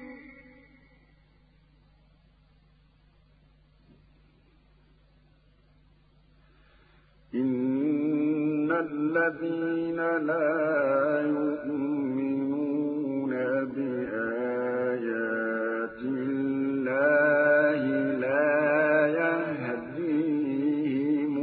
إِنَّ الَّذِينَ لَا يُؤْمِنُونَ بِآيَاتِ اللَّهِ لَا يَهْدِيهِمُ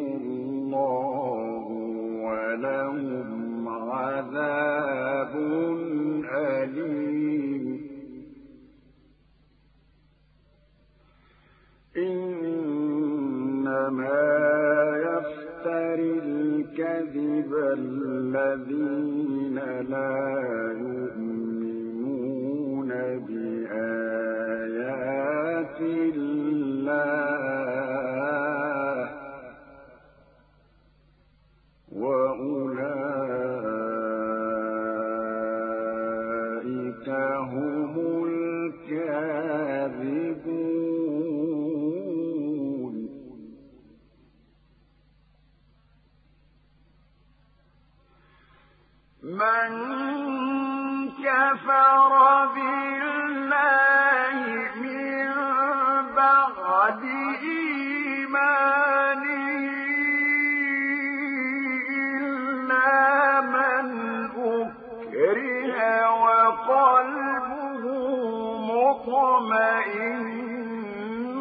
مطمئن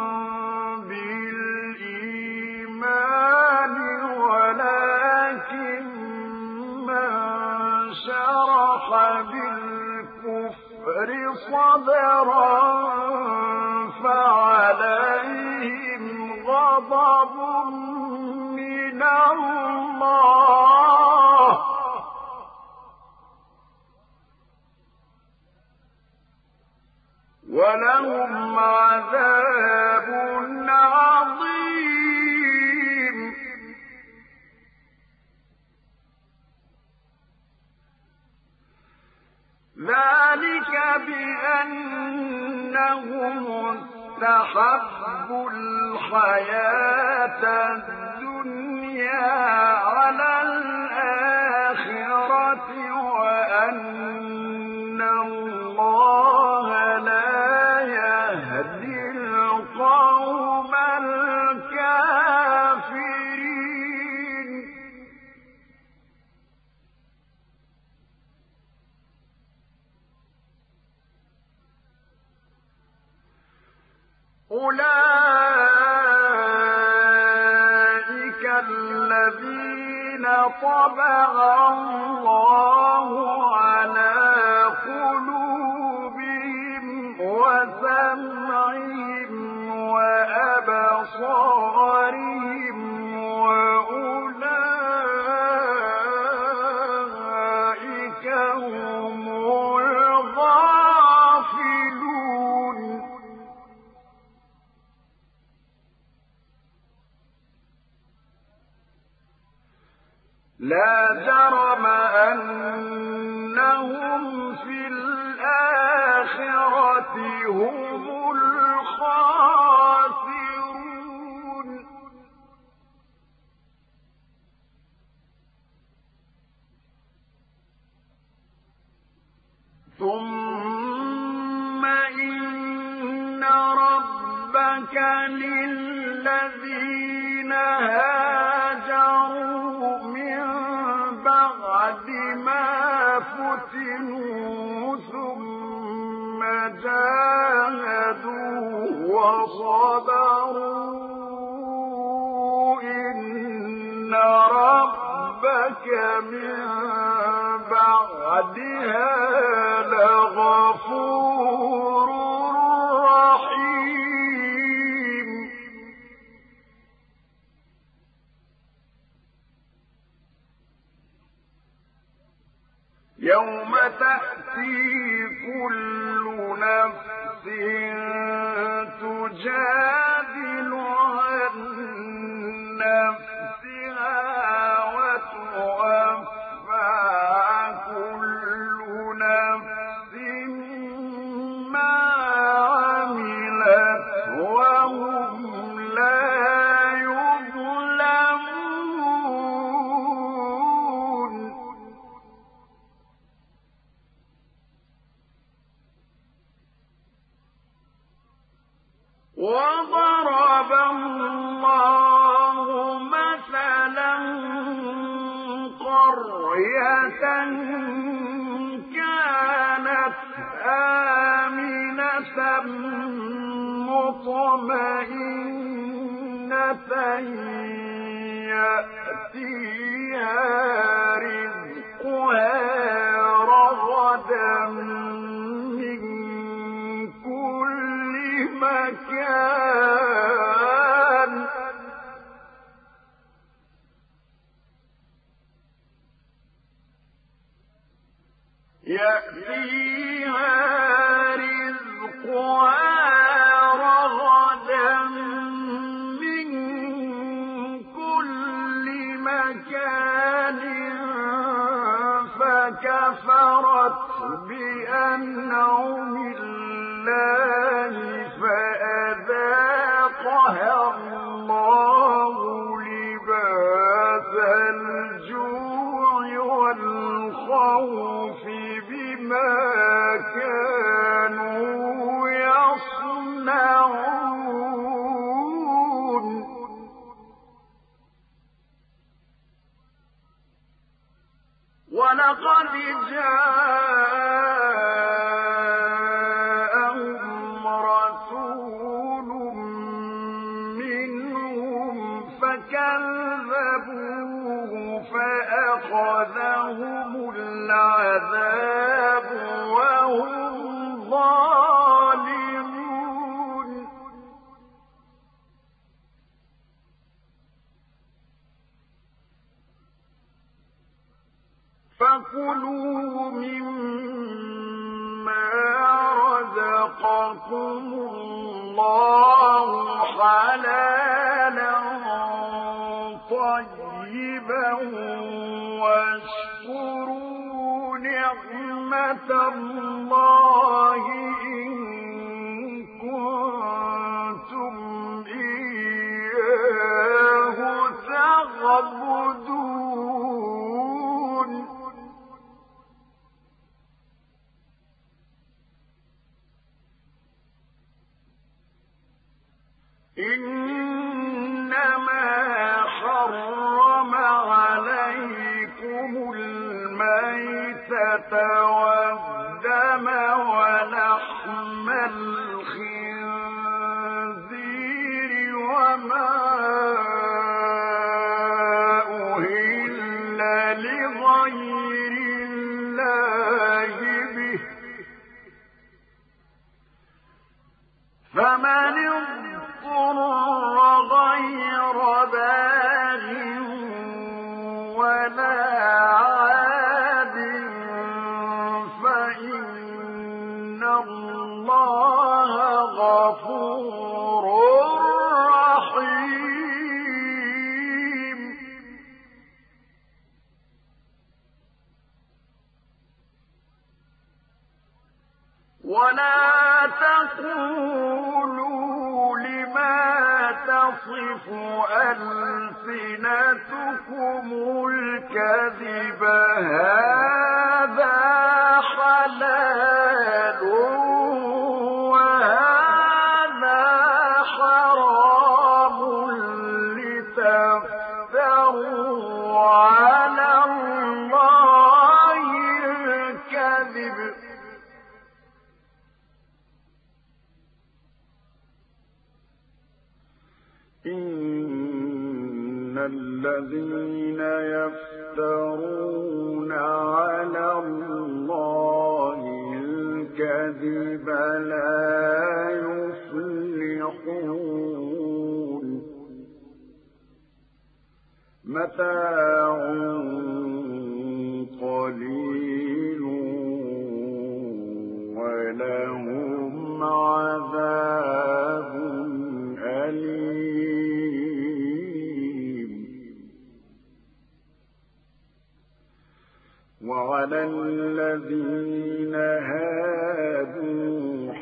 بالإيمان ولكن من شرح بالكفر صدرا فعليهم غضب من الله ولهم عذاب عظيم. ذلك بأنهم استحبوا الحياة الدنيا على الآخرة وأن الله لا يهدي القوم الكافرين. أولئك الذين طبع الله على قلوبهم وسمعهم وأبصارهم وأولئك هم الغافلون. لا جرم أنهم في الآخرة هم الخاسرون. ثم إن ربك للذين هاجروا من بعد ما فتنوا ثم جاهدوا وصبروا إن ربك من بعدها لغفور رحيم. يوم تأتي كل نفس تجادل عن نفسها وتوفى كل نفس ما عملت وهم لا يظلمون. وضرب الله مثلا قرية كانت آمنة مطمئنة يأتيها رزقها رغدا من كل مكان يأتيها رزقها رغدا من كل مكان فكفرت بأنعم الله فأذاقها الله لباس الجوع والخوف بما كانوا يصنعون. ولقد جاء رَزَقَكُمُ اللَّهُ حَلَالًا طَيِّبًا وَاشْكُرُوا نِعْمَةَ اللَّهِ إِن كُنتُمْ إِيَّاهُ تَعْبُدُونَ إِنَّمَا حَرَّمَ عَلَيْكُمُ الْمَيْتَةَ وَالدَّمَ وَلَحْمَ الْخِنزِيرِ وَمَا أُهِلَّ لِغَيْرِ اللَّهِ بِهِ ۖ فَمَنِ اضْطُرَّ غَيْرَ بَاغٍ وَلَا عَادٍ فَإِنَّ اللَّهَ غَفُورٌ رَّحِيمٌ. وَلَا تَقُولُوا لِمَا تَصِفُ أَلْسِنَتُكُمُ الْكَذِبَ هَٰذَا حَلَالٌ وَهَٰذَا حَرَامٌ لِّتَفْتَرُوا عَلَى اللَّهِ الْكَذِبَ ۚ إِنَّ الَّذِينَ يَفْتَرُونَ عَلَى اللَّهِ الْكَذِبَ لَا يُفْلِحُونَ. مَتَاعٌ قَلِيلٌ وَلَهُمْ عَذَابٌ أليم. وعلى الذين هادوا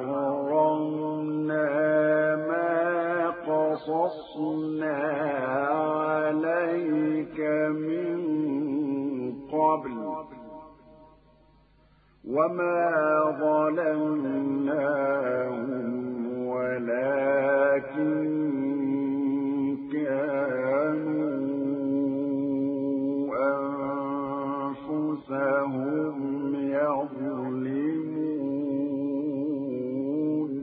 حرمنا ما قصصنا عليك من قبل وما ظلمناهم ولكن كانوا أنفسهم يظلمون.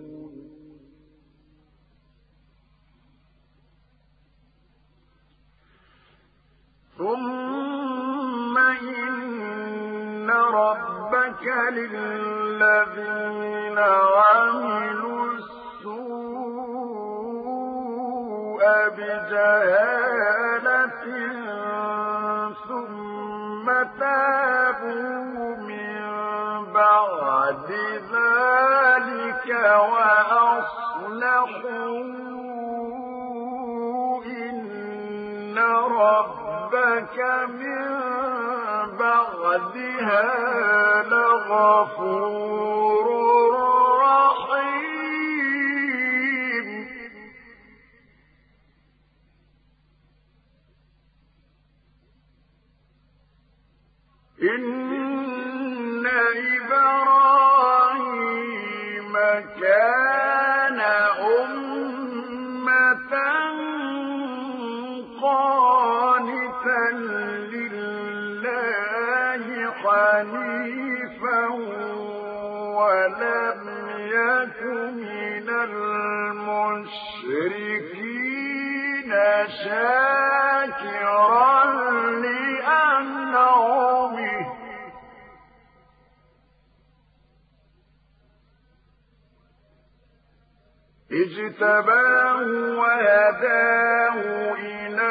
ثم إن ربك للذين عملوا السوء بجهالة ثم تابوا من بعد ذلك وأصلحوا إن ربك من بعدها لغفور رحيم. إن إبراهيم كان أمة قانتا لله حنيفا ولم يك من المشركين شاكرا لأنعمه اجتباه وهداه إلى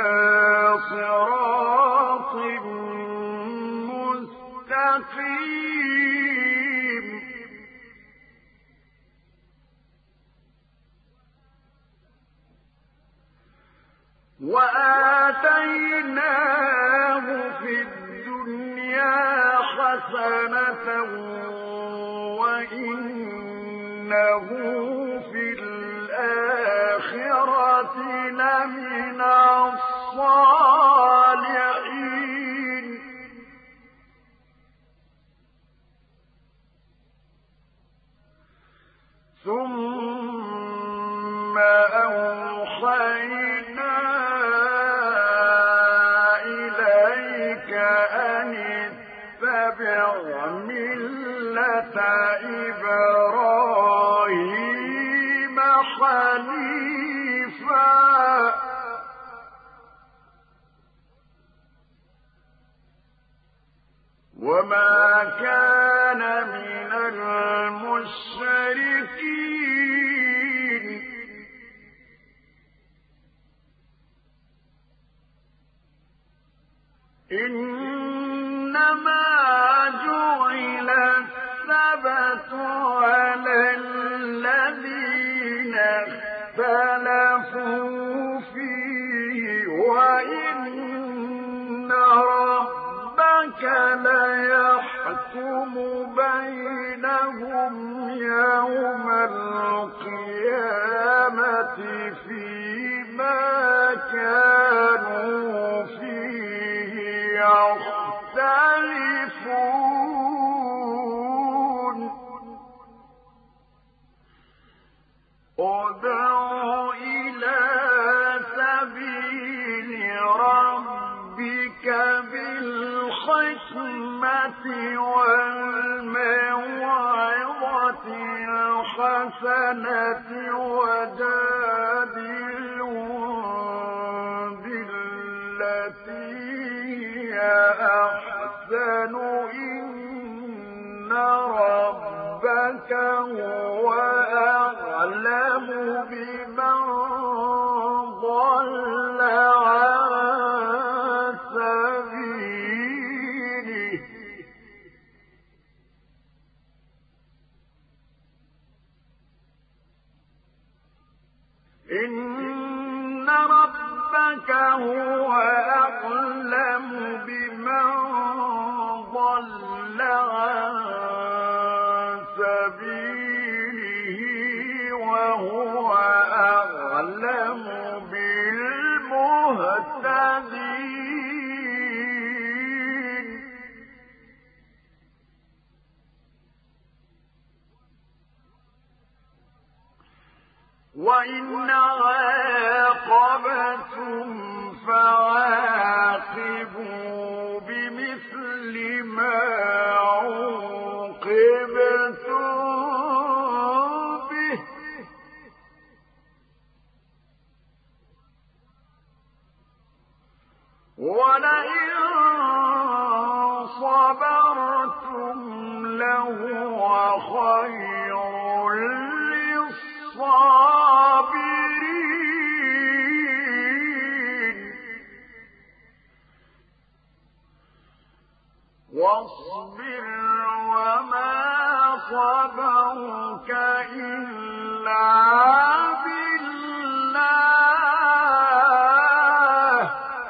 صراط مستقيم. وإنه في الآخرة لمن الصالحين. ثم أوحينا إليك أن اتبع ملة إبراهيم حنيفا وما كان من المشركين. إنما جعل السبت على الذين اختلفوا فيه وإن ربك ليحكم بينهم يوم القيامة فيما كانوا فيه يختلفون. ادع إلى سبيل ربك بالحكمة والموعظة الحسنة وجادلهم بالتي هي أحسن إن ربك هو أعلم بمن ضل عن سبيله إن ربك هو أعلم بمن ضل عن سبيله وهو أعلم بالمهتدين. وإن عاقبتم فعاقبوا بمثل ما عوقبتم به ولئن صبرتم لهو خير للصابرين. واصبر وما صبرك إلا بالله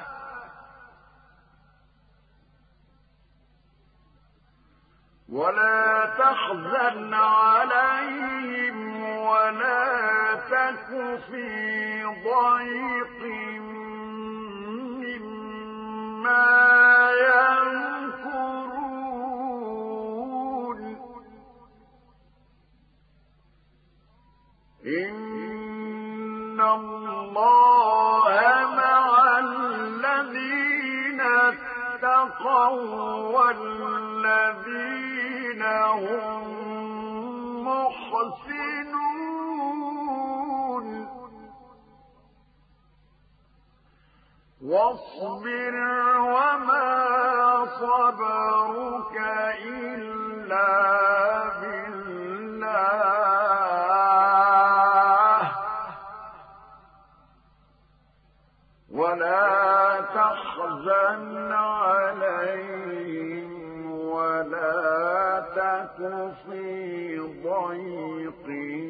ولا تحزن عليهم ولا تك في ضيق مما يمكرون. إن الله مع الذين اتقوا والذين هم محسنون. واصبر وما صبرك إلا بالله ولا تحزن عليهم ولا تك في ضيق